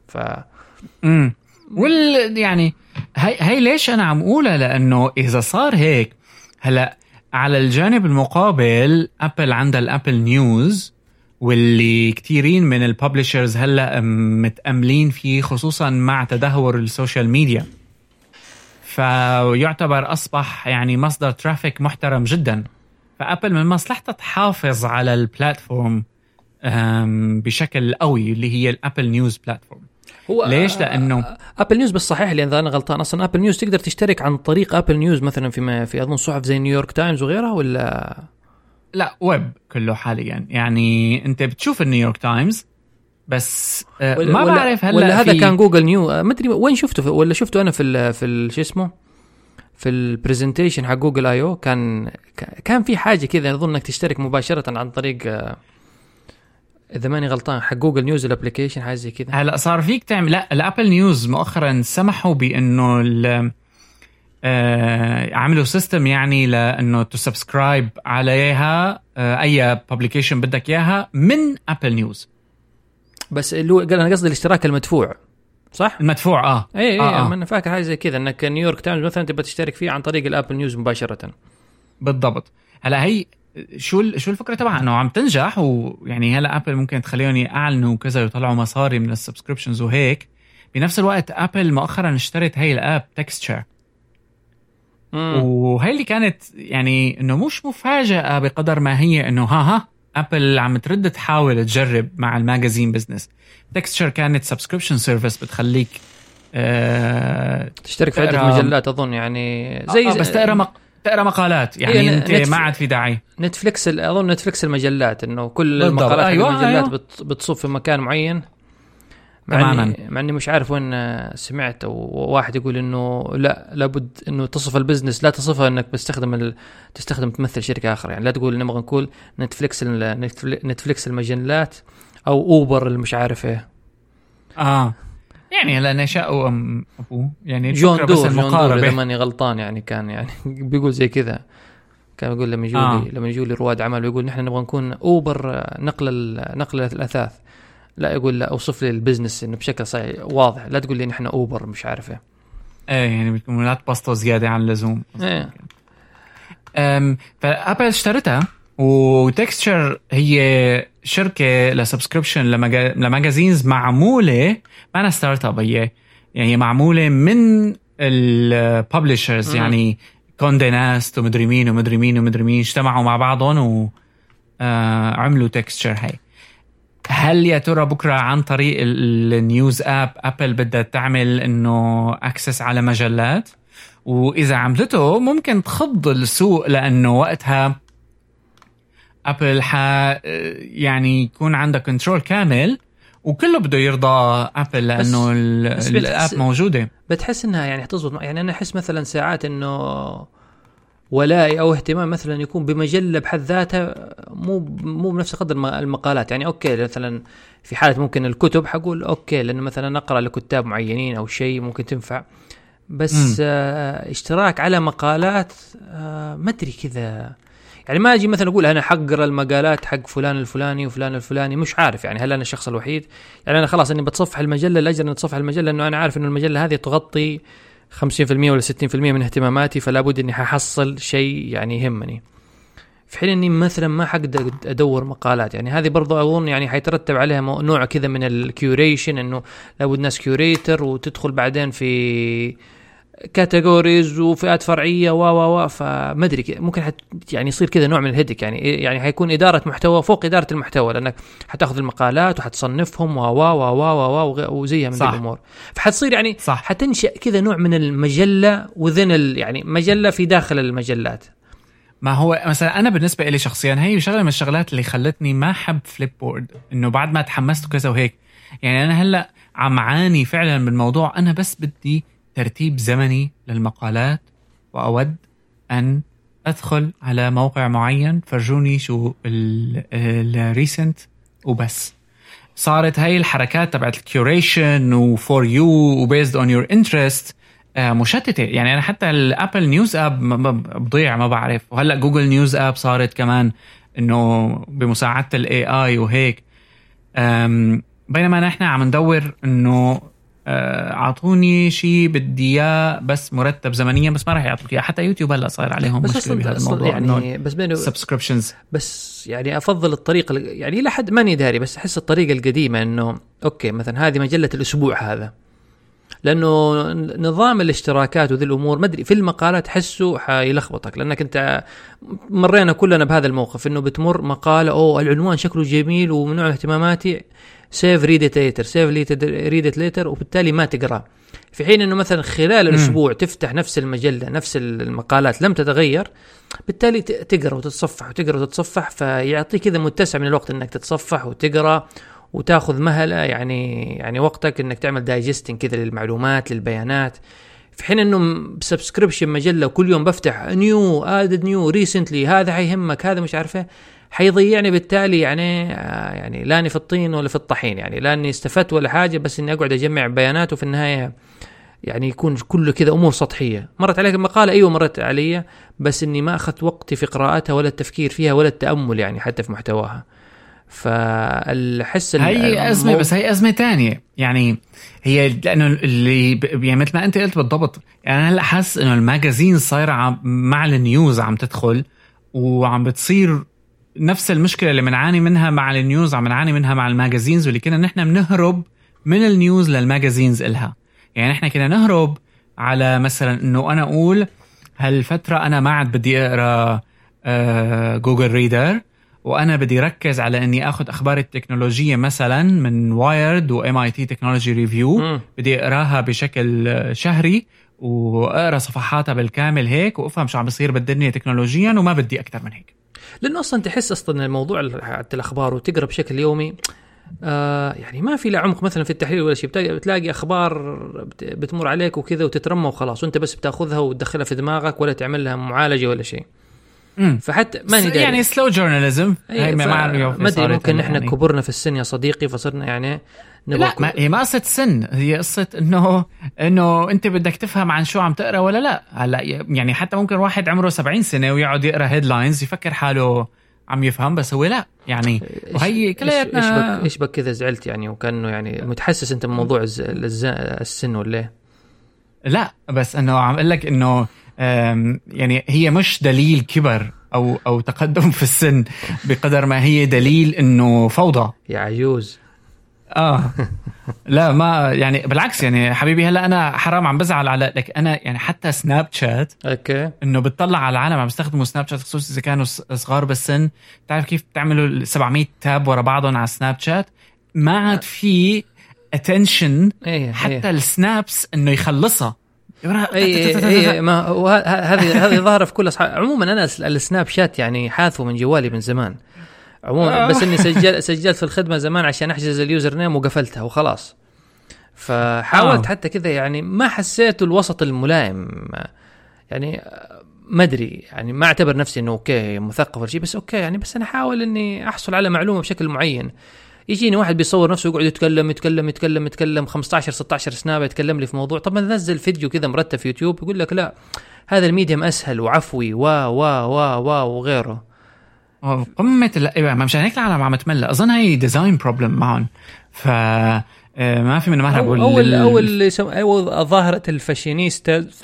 يعني هي ليش انا عم اقولها، لانه اذا صار هيك هلا على الجانب المقابل ابل عندها الابل نيوز، واللي كتيرين من الببلشرز هلا متأملين فيه، خصوصا مع تدهور السوشيال ميديا، فيعتبر أصبح يعني مصدر ترافيك محترم جدا. فأبل من مصلحتها تحافظ على البلاتفورم بشكل قوي، اللي هي الأبل نيوز بلاتفورم. ليش؟ لأنه أبل نيوز بالصحيح اللي أنا غلطان، أصلا أبل نيوز تقدر تشترك عن طريق أبل نيوز مثلا في أظن صحف زي نيويورك تايمز وغيرها، ولا لا ويب كله حاليا؟ يعني أنت بتشوف النيويورك تايمز بس ما بعرف هلا ولا هذا كان جوجل نيو، ما ادري وين شفته، ولا شفته انا في شو اسمه في البرزنتيشن حق جوجل ايو، كان في حاجه كذا اظن انك تشترك مباشره عن طريق اذا ماني غلطان حق جوجل نيوز الابلكيشن، حاجه زي كذا. هلا صار فيك تعمل، لا الابل نيوز مؤخرا سمحوا بانه عملوا سيستم يعني لانه تسبسكرايب عليها اي بابليكيشن بدك اياها من ابل نيوز، بس اللي هو انا قصدي الاشتراك المدفوع، صح؟ المدفوع اي انا فاكر حاجه زي كذا، انك نيويورك تايمز مثلا تبغى تشترك فيه عن طريق الابل نيوز مباشره. بالضبط. هلا هي شو الفكره تبعها؟ انه عم تنجح، ويعني هلا ابل ممكن تخليهم يعلنوا كذا ويطلعوا مصاري من السبسكريبشنز وهيك. بنفس الوقت ابل مؤخرا اشترت هي الاب تكستشر، وهي اللي كانت يعني انه مش مفاجاه بقدر ما هي انه ها ابل عم ترد تحاول تجرب مع الماجازين بزنس. تكستشر كانت سبسكريبشن سيرفيس بتخليك تشترك في عدة مجلات اظن، يعني زي بس تقرا مقالات، يعني انت ما عاد في داعي. نتفليكس اظن نتفليكس المجلات، انه كل المقالات المجلات بتصب في مكان معين. مع اني مش عارف وين سمعت او واحد يقول انه لا لابد انه تصف البزنس، لا تصفها انك تستخدم تمثل شركه اخرى، يعني لا تقول نبغى نقول نتفليكس المجلات او اوبر اللي مش عارف ايه. يعني هلا نشأ ابوه يعني جون دور اذا ماني غلطان، يعني كان يعني بيقول زي كذا، كان يقول لما يجوا لي رواد عمل ويقول نحن نبغى نكون اوبر نقل الاثاث، لا يقول لا اوصف لي البزنس انه بشكل صحيح واضح، لا تقول لي نحن اوبر مش عارف ايه. يعني بدكم لا تبسطوا زياده عن اللزوم. فابل اشترتها، وتكستشر هي شركه لسبسكريبشن لماجازينز معموله، ما انا ستارت اب، هي يعني معموله من الببلشرز، يعني كوندي ناست ومدري مين اجتمعوا مع بعضهم وعملوا تكستشر. هاي هل يا ترى بكرة عن طريق النيوز اب ابل بدها تعمل انه اكسس على مجلات؟ واذا عملته ممكن تخض السوق، لانه وقتها ابل يعني يكون عندها كنترول كامل وكله بده يرضى ابل، لانه الاب موجودة. بتحس انها يعني حتظبط، يعني انا احس مثلا ساعات انه ولائي او اهتمام مثلا يكون بمجله بحد ذاتها، مو بنفس قدر المقالات. يعني اوكي مثلا في حاله ممكن الكتب حقول اوكي لانه مثلا اقرا لكتاب معينين او شيء ممكن تنفع، بس اشتراك على مقالات ما ادري كذا. يعني ما اجي مثلا اقول انا حقرا المقالات حق فلان الفلاني وفلان الفلاني، مش عارف يعني هل انا الشخص الوحيد. يعني انا خلاص اني بتصفح المجله لاجل ان اتصفح المجله، لانه انا عارف انه المجله هذه تغطي 50% ولا 60% من اهتماماتي، فلا بد اني ححصل شيء يعني يهمني، في حين اني مثلا ما حقدر ادور مقالات. يعني هذه برضو اظن يعني حيترتب عليها نوع كذا من الكيوريشن، انه لابد ناس كيوريتر وتدخل بعدين في كاتيجوريز وفئات فرعيه فما ادري ممكن يعني يصير كذا نوع من الهدك. يعني حيكون اداره محتوى فوق اداره المحتوى، لانك حتاخذ المقالات وحتصنفهم وزيها من ذي الامور، فحتصير يعني حتنشئ كذا نوع من المجله وذن يعني مجله في داخل المجلات. ما هو مثلا انا بالنسبه لي شخصيا هي شغله من الشغلات اللي خلتني ما احب فليب بورد، انه بعد ما تحمست وكذا وهيك. يعني انا هلا عم عاني فعلا من الموضوع، انا بس بدي ترتيب زمني للمقالات، وأود أن أدخل على موقع معين فرجوني شو الريسنت وبس. صارت هاي الحركات تبعت الكيوريشن وفور يو وبيزد اون يور انترست مشتتة. يعني أنا حتى الأبل نيوز أب بضيع ما بعرف، وهلأ جوجل نيوز أب صارت كمان إنه بمساعدة ال AI وهيك. بينما نحن عم ندور إنه اعطوني شيء بدي اياه بس مرتب زمنيا، بس ما راح يعطوك اياه. حتى يوتيوب هلا صاير عليهم مشكله بهذا الموضوع، يعني بس بينه سبسكريبشنز. بس يعني افضل الطريقه يعني الى حد ماني داري، بس احس الطريقه القديمه انه اوكي مثلا هذه مجله الاسبوع هذا، لانه نظام الاشتراكات وذي الامور ما ادري في المقالات تحسه حيلخبطك، لانك انت مرينا كلنا بهذا الموقف انه بتمر مقاله العنوان شكله جميل ومن نوع اهتماماتي سيف ريدت ليتر وبالتالي ما تقرأ، في حين انه مثلا خلال الاسبوع تفتح نفس المجله نفس المقالات لم تتغير، بالتالي تقرأ وتتصفح فيعطيك كذا متسع من الوقت انك تتصفح وتقرأ وتاخذ مهله يعني وقتك انك تعمل دايجستنج كذا للمعلومات للبيانات. في حين انه بسبسكريبشن مجله كل يوم بفتح نيو ريسنتلي هذا حيهمك هذا مش عارفه، حيضيعني بالتالي يعني لا اني في الطين ولا في الطحين، يعني لا اني استفدت ولا حاجه، بس اني اقعد اجمع بيانات وفي النهايه يعني يكون كله كذا امور سطحيه. مرت عليك المقاله؟ ايوه مرت علي، بس اني ما اخذت وقتي في قراءتها ولا التفكير فيها ولا التامل يعني حتى في محتواها. فالحس هي ازمه، بس هي ازمه تانية. يعني هي لانه اللي يعني مثل ما انت قلت بالضبط، يعني انا هلا حاسس انه الماجازين صايره مع النيوز عم تدخل وعم بتصير نفس المشكله اللي بنعاني منها مع النيوز عم نعاني منها مع الماجازينز، واللي كنا نحن بنهرب من النيوز للماجازينز إلها. يعني نحن كنا نهرب على مثلا انه انا اقول هالفتره انا ما عاد بدي اقرا جوجل ريدر، وانا بدي ركز على اني اخذ اخبار التكنولوجيه مثلا من وايرد وMIT تكنولوجي ريفيو، بدي اقراها بشكل شهري واقرا صفحاتها بالكامل هيك وافهم شو عم بيصير بالدنيا تكنولوجيا، وما بدي اكثر من هيك. لانه اصلا تحس اصلا الموضوع حتى الاخبار وتقرا بشكل يومي يعني ما في لا عمق مثلا في التحليل ولا شيء، بتلاقي اخبار بتمر عليك وكذا وتترمى وخلاص، وانت بس بتاخذها وتدخلها في دماغك ولا تعمل لها معالجه ولا شيء. فحتى ما ندري يعني سلو جورناليزم ما ادري ممكن نحن يعني كبرنا في السن يا صديقي فصرنا يعني لا هي ما قصة سن، هي قصة انه انت بدك تفهم عن شو عم تقرا ولا لا. هلا يعني حتى ممكن واحد عمره 70 سنة ويقعد يقرا هيدلاينز يفكر حاله عم يفهم، بس هو لا يعني. وهي كلياتنا ايش بك كذا زعلت يعني وكانه يعني متحسس انت من موضوع السن ولا لا، بس انه عم اقول لك انه يعني هي مش دليل كبر او تقدم في السن بقدر ما هي دليل انه فوضى يا عجوز. لا ما يعني بالعكس، يعني حبيبي هلا انا حرام عم بزعل على لك انا يعني حتى سناب شات اوكي انه بتطلع على العالم عم يستخدموا سناب شات خصوصا اذا كانوا صغار بالسن. تعرف كيف تعملوا 700 تاب ورا بعضهم على سناب شات؟ ما عاد في اتنشن حتى السنابس انه يخلصها. ما هذه ظاهره في كل اصحاب. عموما انا السناب شات يعني حاثه من جوالي من زمان عموما، بس اني سجلت في الخدمه زمان عشان احجز اليوزر نيم وقفلتها وخلاص. فحاولت حتى كذا يعني ما حسيت الوسط الملائم يعني ما ادري، يعني ما اعتبر نفسي انه اوكي مثقف ولا شيء، بس اوكي يعني بس انا احاول اني احصل على معلومه بشكل معين. يجيني واحد بيصور نفسه ويقعد يتكلم 15 16 سناب يتكلم لي في موضوع. طب ما ننزل فيديو كذا مرتب في يوتيوب، يقول لك لا هذا الميديم اسهل وعفوي وغيره. قمه مشان هيك العالم عم تمل. اظن هي ديزاين بروبلم معهم، ف ما في من مهرب. أول ظاهرة الفاشينيستاز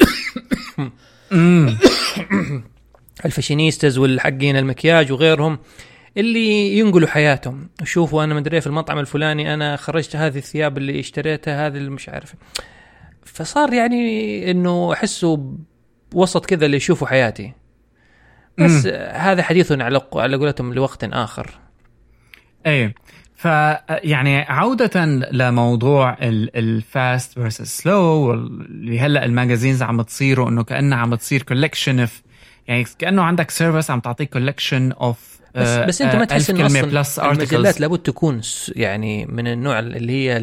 الفاشينيستاز والحقين المكياج وغيرهم اللي ينقلوا حياتهم. شوفوا أنا مدري في المطعم الفلاني أنا خرجت هذه الثياب اللي اشتريتها، هذه اللي مش عارف. فصار يعني إنه أحسوا وسط كذا اللي يشوفوا حياتي. بس هذا حديث على قولتهم لوقت آخر. ايه، فيعني عودة لموضوع الفاست versus slow اللي هلا الماجازينز عم تصيروا انه كأنها عم تصير collection of، يعني كأنه عندك سيرفيس عم تعطيك collection of بس انت ما تحس انه اصلا المجلات لابد تكون يعني من النوع اللي هي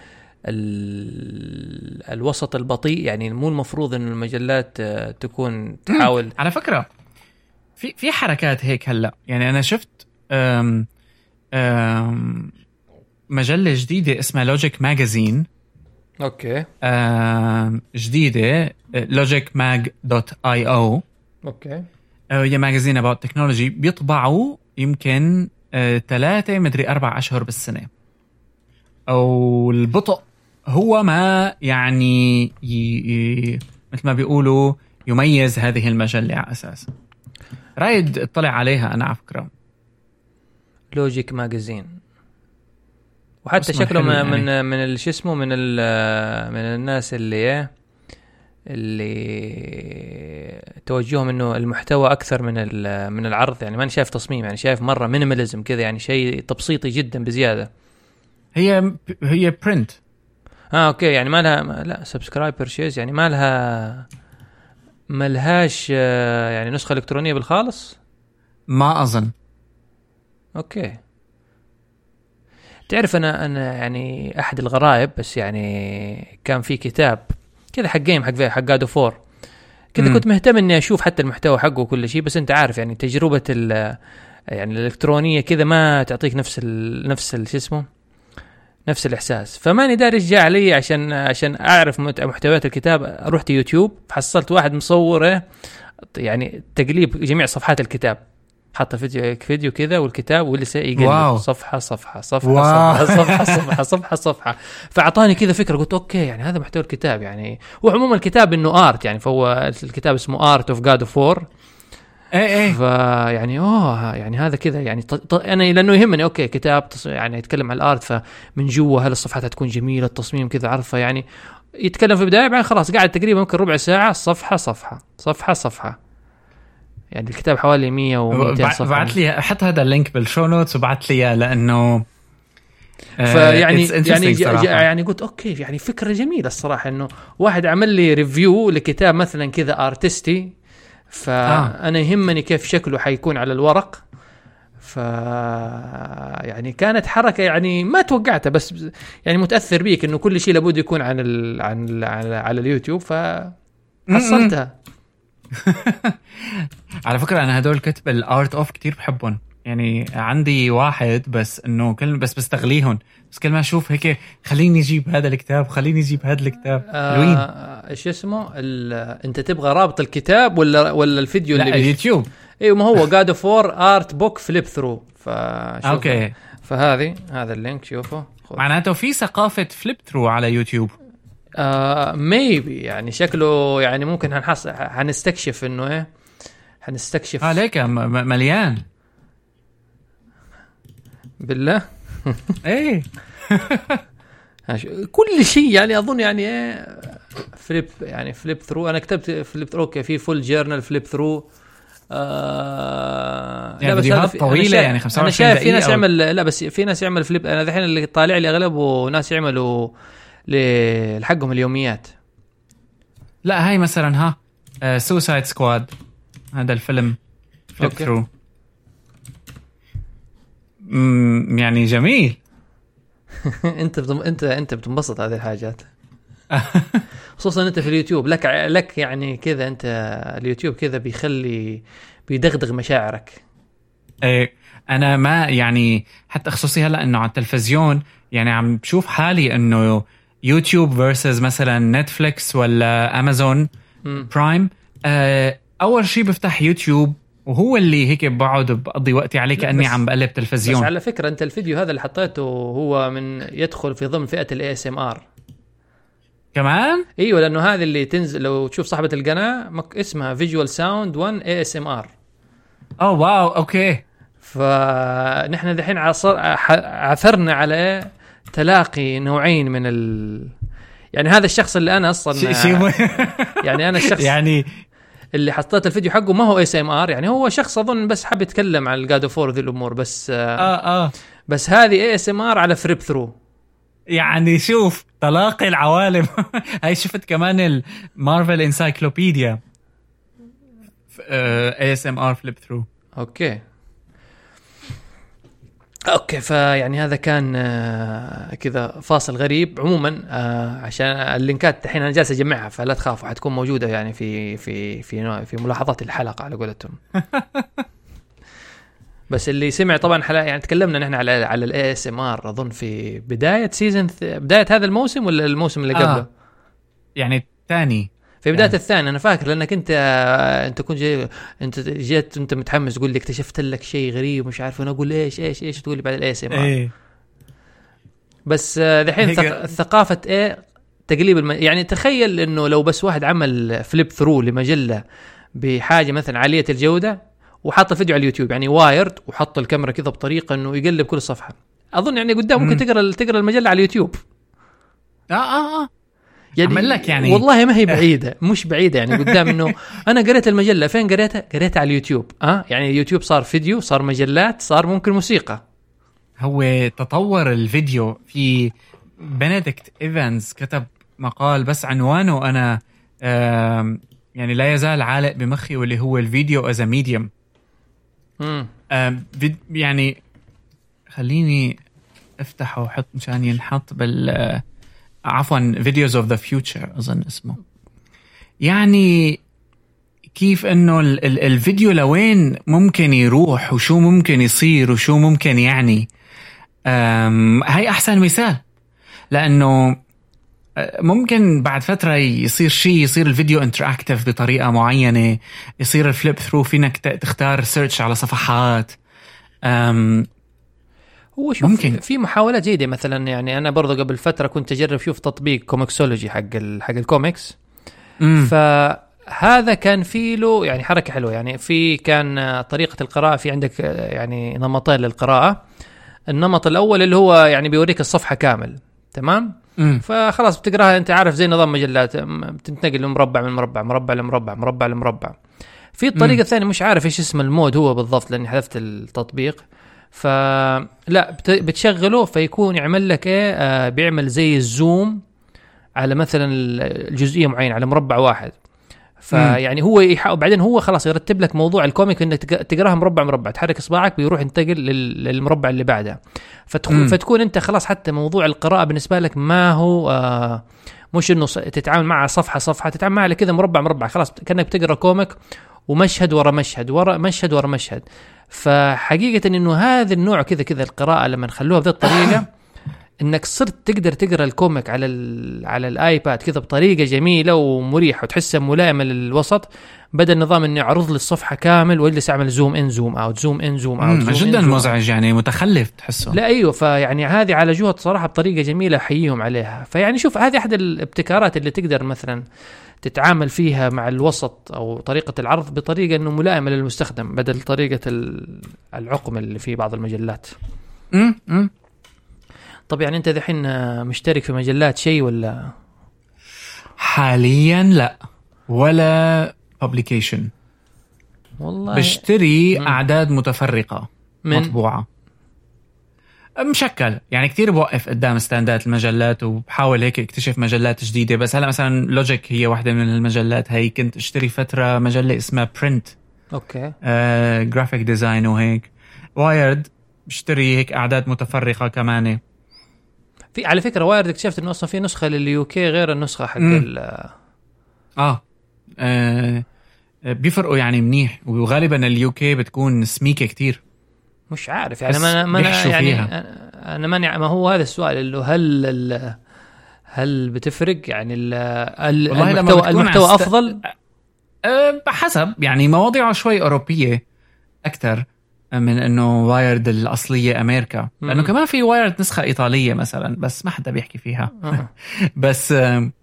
الوسط البطيء، يعني مو المفروض ان المجلات تكون تحاول. على فكرة في حركات هيك هلا، يعني انا شفت مجلة جديدة اسمها لوجيك ماجازين. اوكي. جديدة logicmag.io. اوكي. هي ماجازين about technology، بيطبعوا يمكن 3 مدري 4 أشهر بالسنة. أو البطء هو ما يعني مثل ما بيقولوا يميز هذه المجلة على أساس. رايد اطلع عليها أنا على فكرة. لوجيك ماجازين، وحتى شكله من شو اسمه من الناس اللي توجههم انه المحتوى اكثر من العرض. يعني ما شايف تصميم، يعني شايف مره مينيماليزم كذا، يعني شيء تبسيطي جدا بزياده. هي برنت. اوكي، يعني ما لها لا سبسكرايب بيرشيز، يعني ما لهاش يعني نسخه الكترونيه بالخالص، ما اظن. اوكي. تعرف انا يعني احد الغرائب، بس يعني كان في كتاب كذا حق جيم حق جاد اوف وور كذا، كنت مهتم اني اشوف حتى المحتوى حقه وكل شيء، بس انت عارف يعني تجربه يعني الالكترونيه كذا ما تعطيك نفس شو اسمه نفس الاحساس. فماني داري ايش جاء علي عشان اعرف محتويات الكتاب. رحت يوتيوب حصلت واحد مصوره يعني تقليب جميع صفحات الكتاب، حط فيديو كذا والكتاب واللي يقلب صفحة صفحة صفحة صفحة صفحة صفحة صفحة. فأعطاني كذا فكرة، قلت أوكي يعني هذا محتوى الكتاب. يعني وعموما الكتاب إنه آرت، يعني فهو الكتاب اسمه Art of God of War. ايه فيعني يعني هذا كذا يعني أنا لأنه يهمني أوكي كتاب يعني يتكلم عن الآرت، فمن جوا هل الصفحات هتكون جميلة، التصميم كذا عارفة، يعني يتكلم في البداية بعدين خلاص قاعد تقريبا ممكن ربع ساعة صفحة صفحة صفحة صفحة. يعني الكتاب حوالي 100 و 200 صفحة. بعت لي حط هذا اللينك بالشو نوتس وبعت لي لأنه فيعني يعني قلت أوكي يعني فكرة جميلة الصراحة، إنه واحد عمل لي ريفيو لكتاب مثلا كذا أرتستي، فأنا يهمني كيف شكله حيكون على الورق. يعني كانت حركة يعني ما توقعتها، بس يعني متأثر بيك إنه كل شيء لابد يكون على اليوتيوب، فحصلتها. على فكرة أنا هدول كتب الارت اوف كتير بحبهم، يعني عندي واحد بس إنه بس بستغليهم، بس كل ما أشوف هيك خليني أجيب هذا الكتاب خليني أجيب هذا الكتاب. إيش اسمه أنت تبغى رابط الكتاب ولا الفيديو اللي اليوتيوب؟ إيه ما هو God of War Art Book Flip Through. أوكي، هذا اللينك شوفه. معناته في ثقافة فليب ثرو على يوتيوب. ميبي يعني شكله يعني ممكن هنستكشف انه ايه، هنستكشف ليك مليان بالله. ايه كل شيء يعني اظن يعني ايه فليب ثرو. انا كتبت فليب ثرو اوكي، في فول جورنال فليب ثرو. يعني فيديوهات طويله يعني 25 دقيقه. في ناس يعمل لا بس في ناس يعمل فليب. انا الحين اللي طالع لي اغلبه ناس يعملوا لحقهم اليوميات. لا هاي مثلا سوسايد سكواد، هذا الفيلم فليب ثرو. يعني جميل. انت بتنبسط هذه الحاجات. خصوصا انت في اليوتيوب لك يعني كذا، انت اليوتيوب كذا بيدغدغ مشاعرك. ايه انا ما يعني حتى خصوصي هلا انه على التلفزيون يعني عم بشوف حالي انه يوتيوب versus مثلا نتفليكس ولا امازون برايم. اول شيء بفتح يوتيوب وهو اللي هيك بقعد بقضي وقتي عليه كأني عم بقلب تلفزيون. بس على فكرة انت الفيديو هذا اللي حطيته هو يدخل في ضمن فئة الاي اس ام ار كمان. ايوه لانه هذه اللي تنزل لو تشوف صاحبة القناة اسمها فيجوال ساوند 1 اي اس ام ار. اوه واو اوكي. فنحن دحين عثرنا على تلاقي نوعين من يعني هذا الشخص اللي انا اصلا يعني انا الشخص يعني اللي حطيت الفيديو حقه ما هو اس ام ار، يعني هو شخص اظن بس حاب يتكلم عن الجاد اوف وور ذي الامور بس بس هذه اس ام ار على فريب ثرو. يعني شوف تلاقي العوالم. هاي شفت كمان المارفل انسايكلوبيديا اس ام ار فليب ثرو. اوكي فيعني هذا كان كذا فاصل غريب عموما، عشان اللينكات الحين انا جالس اجمعها فلا تخافوا حتكون موجوده يعني في ملاحظات الحلقه على قولتهم. بس اللي سمع طبعا يعني تكلمنا نحن على الاي اس ام ار اظن في بدايه بدايه هذا الموسم ولا الموسم اللي قبله. يعني الثاني في بدايه الثاني انا فاكر لانك انت كنت جيت انت متحمس تقول لي اكتشفت لك شيء غريب مش عارف انا اقول ايش تقول لي بعد الاي اس ام ار. بس الحين ثقافه تقليب يعني تخيل انه لو بس واحد عمل فليب ثرو لمجله بحاجه مثلا عاليه الجوده وحط الفيديو على اليوتيوب يعني وايرد وحط الكاميرا كذا بطريقه انه يقلب كل صفحه، اظن يعني قدام ممكن تقرا المجله على اليوتيوب. يعني لك يعني والله ما هي بعيده مش بعيده يعني قدام انه انا قريت المجله فين قريتها على اليوتيوب. يعني اليوتيوب صار فيديو صار مجلات صار ممكن موسيقى. هو تطور الفيديو. في بنديكت إيفانز كتب مقال بس عنوانه انا يعني لا يزال عالق بمخي واللي هو الفيديو از ميديوم. يعني خليني افتحه وحط مشان ينحط عفوا فيديوز اوف ذا فيوتشر اظن اسمه. يعني كيف انه الفيديو لوين ممكن يروح وشو ممكن يصير وشو ممكن يعني. هاي احسن مثال لانه ممكن بعد فترة يصير الفيديو انتراكتيف بطريقة معينة، يصير الفليب ثرو فينك تختار سيرش على صفحات. هو شوف ممكن. في محاولات جيدة مثلا يعني أنا برضو قبل فترة كنت أجرب شوف تطبيق كوميكسولوجي حق الكوميكس. فهذا كان فيه له يعني حركة حلوة يعني في كان طريقة القراءة في عندك يعني نمطين للقراءة. النمط الأول اللي هو يعني بيوريك الصفحة كامل تمام. فخلاص بتقراها انت عارف زي نظام مجلات بتنتقل من مربع لمربع مربع لمربع مربع لمربع. في الطريقة الثانية مش عارف ايش اسم المود هو بالضبط لاني حذفت التطبيق. فلا بتشغله فيكون يعمل لك بيعمل زي الزوم على مثلا الجزئية معينة على مربع واحد. فيعني هو بعدين هو خلاص يرتب لك موضوع الكوميك انك تقراها مربع مربع تحرك اصبعك بيروح ينتقل للمربع اللي بعده. فتكون انت خلاص حتى موضوع القراءة بالنسبة لك ما هو مش انه تتعامل مع صفحة تتعامل معها كذا مربع مربع خلاص كأنك بتقرا كوميك ومشهد ورا مشهد ورا مشهد ورا مشهد. فحقيقة انه هذا النوع كذا القراءة لما نخلوها بهذه الطريقة انك صرت تقدر تقرا الكوميك على الايباد كذا بطريقه جميله ومريحه وتحسها ملائمه للوسط بدل نظام اني اعرض لي الصفحه كامل واجلس اعمل زوم ان زوم اوت زوم ان زوم اوت. جدا مزعج يعني متخلف تحسه. لا ايوه فيعني هذه على جهد صراحه بطريقه جميله احييهم عليها. فيعني شوف هذه احد الابتكارات اللي تقدر مثلا تتعامل فيها مع الوسط او طريقه العرض بطريقه انه ملائمه للمستخدم بدل طريقه العقم اللي في بعض المجلات. طب يعني انت ذحين مشترك في مجلات شيء ولا؟ حاليا لا ولا publication. والله بشتري اعداد متفرقة مطبوعة مشكل يعني كتير بوقف قدام ستاندات المجلات وبحاول هيك اكتشف مجلات جديدة. بس هلا مثلا لوجيك هي واحدة من المجلات هاي كنت اشتري فترة مجلة اسمها برنت اوكي جرافيك ديزاين وهيك. وايرد بشتري هيك اعداد متفرقة كمان. في على فكره وايرد اكتشفت انه اصلا في نسخه لليو كي غير النسخه حق بيفرقوا يعني منيح، وغالبا اليو كي بتكون سميكه كتير. مش عارف يعني ما يعني انا ما هو هذا السؤال اللي هل بتفرق يعني المحتوى افضل؟ بحسب يعني مواضيعه شوي اوروبيه اكثر من انه وايرد الاصليه امريكا، لانه كمان في وايرد نسخه ايطاليه مثلا بس ما حدا بيحكي فيها. بس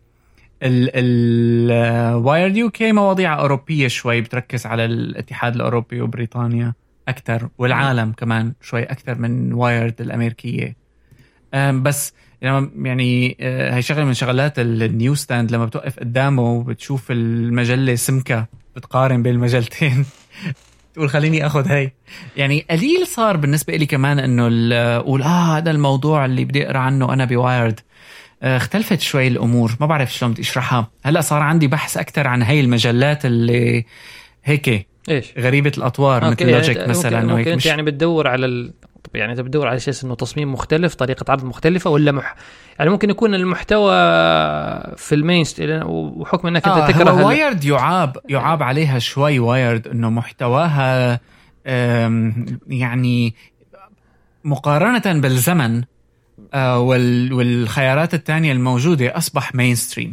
الوايرد يو كي مواضيع اوروبيه شوي، بتركز على الاتحاد الاوروبي وبريطانيا اكثر، والعالم كمان شوي اكثر من وايرد الامريكيه. بس يعني هي شغله من شغلات النيو ستاند، لما بتوقف قدامه وبتشوف المجله سمكه بتقارن بين المجلتين تقول خليني اخذ هاي. يعني قليل صار بالنسبه لي كمان انه اقول هذا الموضوع اللي بدي اقرا عنه انا بوايرد. اختلفت شوي الامور، ما بعرف شلون بدي اشرحها. هلا صار عندي بحث اكثر عن هاي المجلات اللي هيك ايش غريبه الاطوار مثل لوجيك مثلا. ممكن انت يعني بتدور على يعني انت بتدور على اساس انه تصميم مختلف، طريقه عرض مختلفه، ولا يعني ممكن يكون المحتوى في المينستريم وحكم انك انت تكره وايرد يعاب عليها شوي. وايرد انه محتواها يعني مقارنه بالزمن والخيارات الثانيه الموجوده اصبح مينستريم.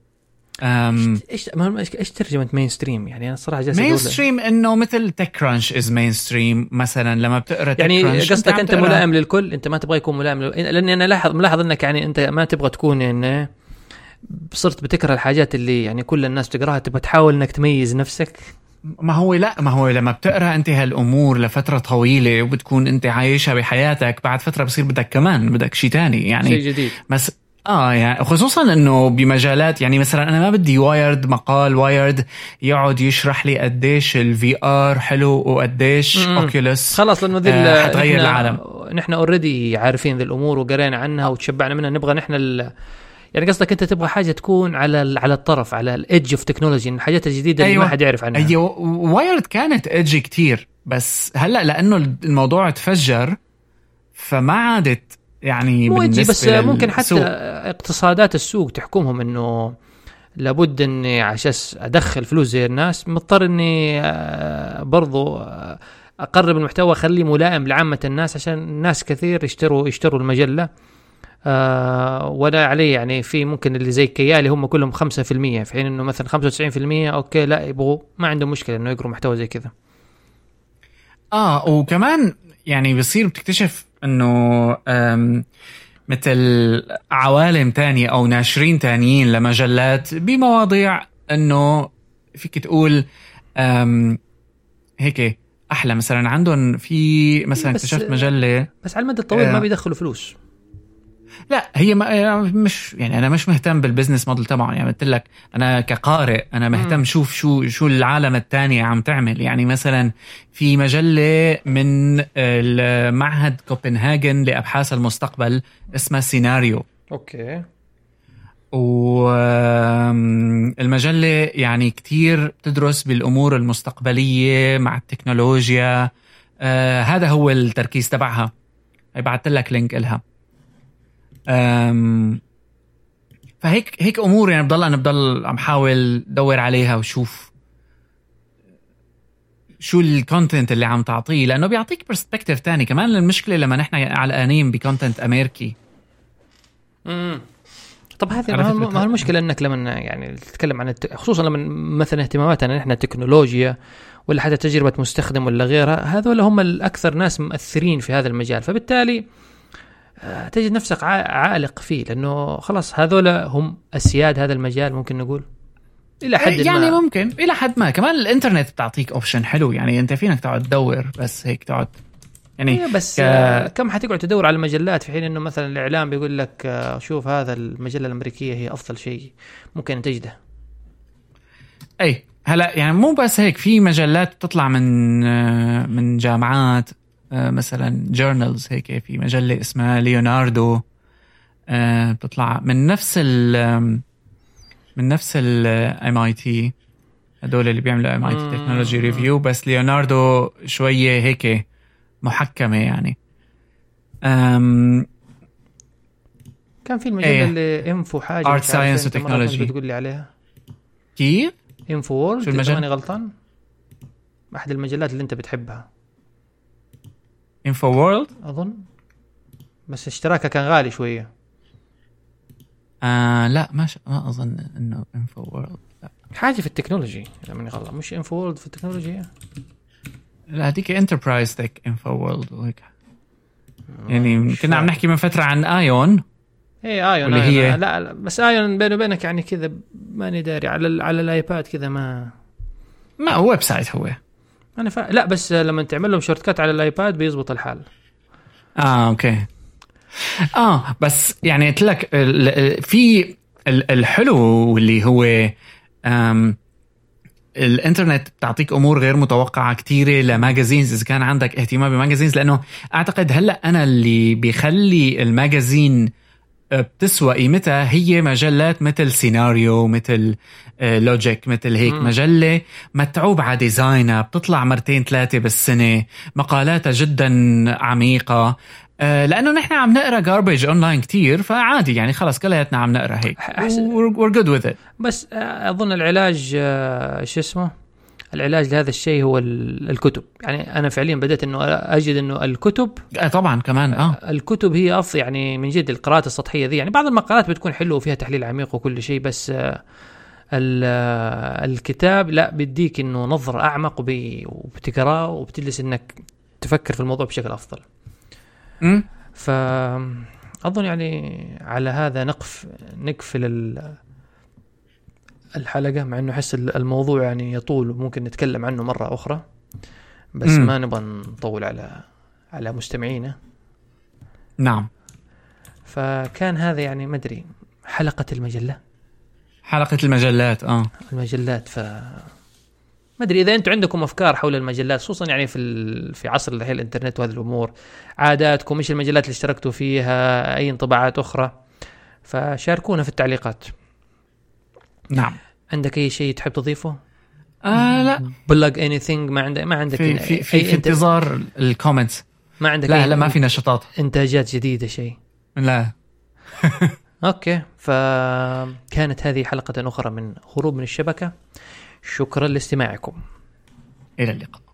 ايش ترجمه مينستريم؟ يعني انا صراحه جالس مينستريم انه مثل تك كرانش از مينستريم مثلا. لما بتقرا يعني قصدك انت ملائم للكل، انت ما تبغى يكون ملائم لاني انا ملاحظ انك يعني انت ما تبغى تكون يعني صرت بتكره الحاجات اللي يعني كل الناس بتقراها، تبغى تحاول انك تميز نفسك. ما هو لما بتقرا انت هالامور لفتره طويله وبتكون انت عايشها بحياتك، بعد فتره بصير بدك شيء تاني يعني شيء جديد. بس يعني خصوصا انه بمجالات يعني مثلا انا ما بدي وايرد مقال وايرد يقعد يشرح لي قديش الفي ار حلو وقديش اوكيولوس خلاص، لانه ذي حتغير العالم. نحن اوريدي عارفين ذي الامور وقرينا عنها وتشبعنا منها. نبغى نحن يعني قصدك انت تبغى حاجه تكون على الطرف، على الايدج اوف تكنولوجي، الحاجات الجديده اللي ما حد يعرف عنها. ايوه وايرد كانت ايدج كتير، بس هلا لانه الموضوع تفجر فما عادت يعني بالنسبة بس ممكن حتى اقتصادات السوق تحكمهم انه لابد اني عشان ادخل فلوس زي الناس مضطر اني برضو اقرب المحتوى اخليه ملائم لعامة الناس عشان الناس كثير يشتروا المجلة. ولا عليه يعني في ممكن اللي زي كيالي هم كلهم 5%، في حين انه مثلا 95% اوكي لا يبغوا ما عندهم مشكلة انه يقروا محتوى زي كذا. وكمان يعني بصير بتكتشف انه مثل عوالم تانية او ناشرين تانيين لمجلات بمواضيع انه فيك تقول هيك احلى. مثلا عندهم في مثلا اكتشفت مجلة بس على المدى الطويل ما بيدخلوا فلوس. لا هي مش يعني انا مش مهتم بالبزنس موديل تبعهم. يعني قلت لك انا كقارئ انا مهتم شوف شو العالم الثانيه عم تعمل. يعني مثلا في مجله من المعهد كوبنهاجن لابحاث المستقبل اسمها سيناريو. اوكي. والمجله يعني كتير بتدرس بالامور المستقبليه مع التكنولوجيا. هذا هو التركيز تبعها. بعثت لك لينك لها. فهيك امور يعني بضل عم حاول دور عليها وشوف شو الكونتنت اللي عم تعطيه، لانه بيعطيك برسبكتيف تاني. كمان المشكله لما نحن علقانين بكونتنت امريكي. طب هذه ما المشكله انك لما يعني تتكلم عن خصوصا لما مثلا اهتماماتنا نحن التكنولوجيا ولا حتى تجربه مستخدم ولا غيرها، هذول هم الاكثر ناس مؤثرين في هذا المجال، فبالتالي تجد نفسك عالق فيه، لأنه خلاص هذول هم أسياد هذا المجال ممكن نقول إلى حد يعني ما. ممكن إلى حد ما. كمان الإنترنت بتعطيك أوبشن حلو، يعني أنت فينك تقعد تدور بس هيك تقعد يعني بس كم حتقعد تدور على المجلات في حين إنه مثلا الإعلام بيقول لك شوف هذا المجلة الأمريكية هي أفضل شيء ممكن تجده. هلا يعني مو بس هيك، في مجلات بتطلع من جامعات مثلا جورنالز هيك. في مجلة اسمها ليوناردو بتطلع من نفس ال MIT، هدول اللي بيعملوا MIT تكنولوجي ريفيو، بس ليوناردو شوية هيك محكمة يعني. كان في المجله اللي انفو حاجه ارت ساينس وتكنولوجي بتقول لي عليها كيف انفو وورلد اذا ماني غلطان، احد المجلات اللي انت بتحبها انفو وورلد اظن، بس اشتراكها كان غالي شويه. لا ما اظن انه انفو وورلد، لا. حاجه في التكنولوجي اذا ماني غلط، مش انفو وورلد في التكنولوجي. لا هذيك انتربرايز تك انفو وورلد وهيك. يعني كنا عم نحكي من فتره عن ايون. ايه ايون اللي هي لا بس ايون بيني وبينك يعني كذا ماني داري على الايباد كذا ما هو ويب سايت هو. انا لا بس لما تعمل لهم شورت كات على الايباد بيزبط الحال. اوكي. بس يعني قلت لك في الحلو واللي هو الانترنت بتعطيك امور غير متوقعه كتيره لماجازينز اذا كان عندك اهتمام بماجازينز، لانه اعتقد هلا انا اللي بيخلي الماجازين بتسوى قيمتها هي مجلات مثل سيناريو، مثل لوجيك، مثل هيك مجلة متعوب على ديزاينها، بتطلع 2-3 بالسنة، مقالاتها جدا عميقة، لأنه نحن عم نقرأ garbage أونلاين كتير، فعادي يعني خلاص كلياتنا عم نقرأ هيك we're good with it. بس أظن العلاج شو اسمه العلاج لهذا الشيء هو الكتب. يعني أنا فعليا بدأت إنه أجد إنه الكتب طبعا كمان الكتب هي أفضل يعني من جد. القراءة السطحية ذي يعني بعض المقالات بتكون حلوة وفيها تحليل عميق وكل شيء، بس الكتاب لا بيديك إنه نظرة أعمق وبتقرأ وبتجلس إنك تفكر في الموضوع بشكل أفضل. فأظن يعني على هذا نقفل الحلقة، مع إنه أحس الموضوع يعني يطول وممكن نتكلم عنه مرة أخرى، بس ما نبغى نطول على مستمعينا. نعم. فكان هذا يعني ما أدري حلقة المجلات المجلات. ما أدري إذا أنتم عندكم أفكار حول المجلات، خصوصا يعني في عصر الحين الإنترنت وهذه الأمور، عاداتكم إيش المجلات اللي اشتركتوا فيها، أي انطباعات أخرى، فشاركونا في التعليقات. نعم. عندك أي شيء تحب تضيفه؟ لا. بلغ anything ما عندك في انتظار الكومنتس. ما عندك لا ما في نشاطات إنتاجات جديدة شيء؟ لا. أوكي، فكانت هذه حلقة أخرى من هروب من الشبكة. شكرا لاستماعكم. إلى اللقاء.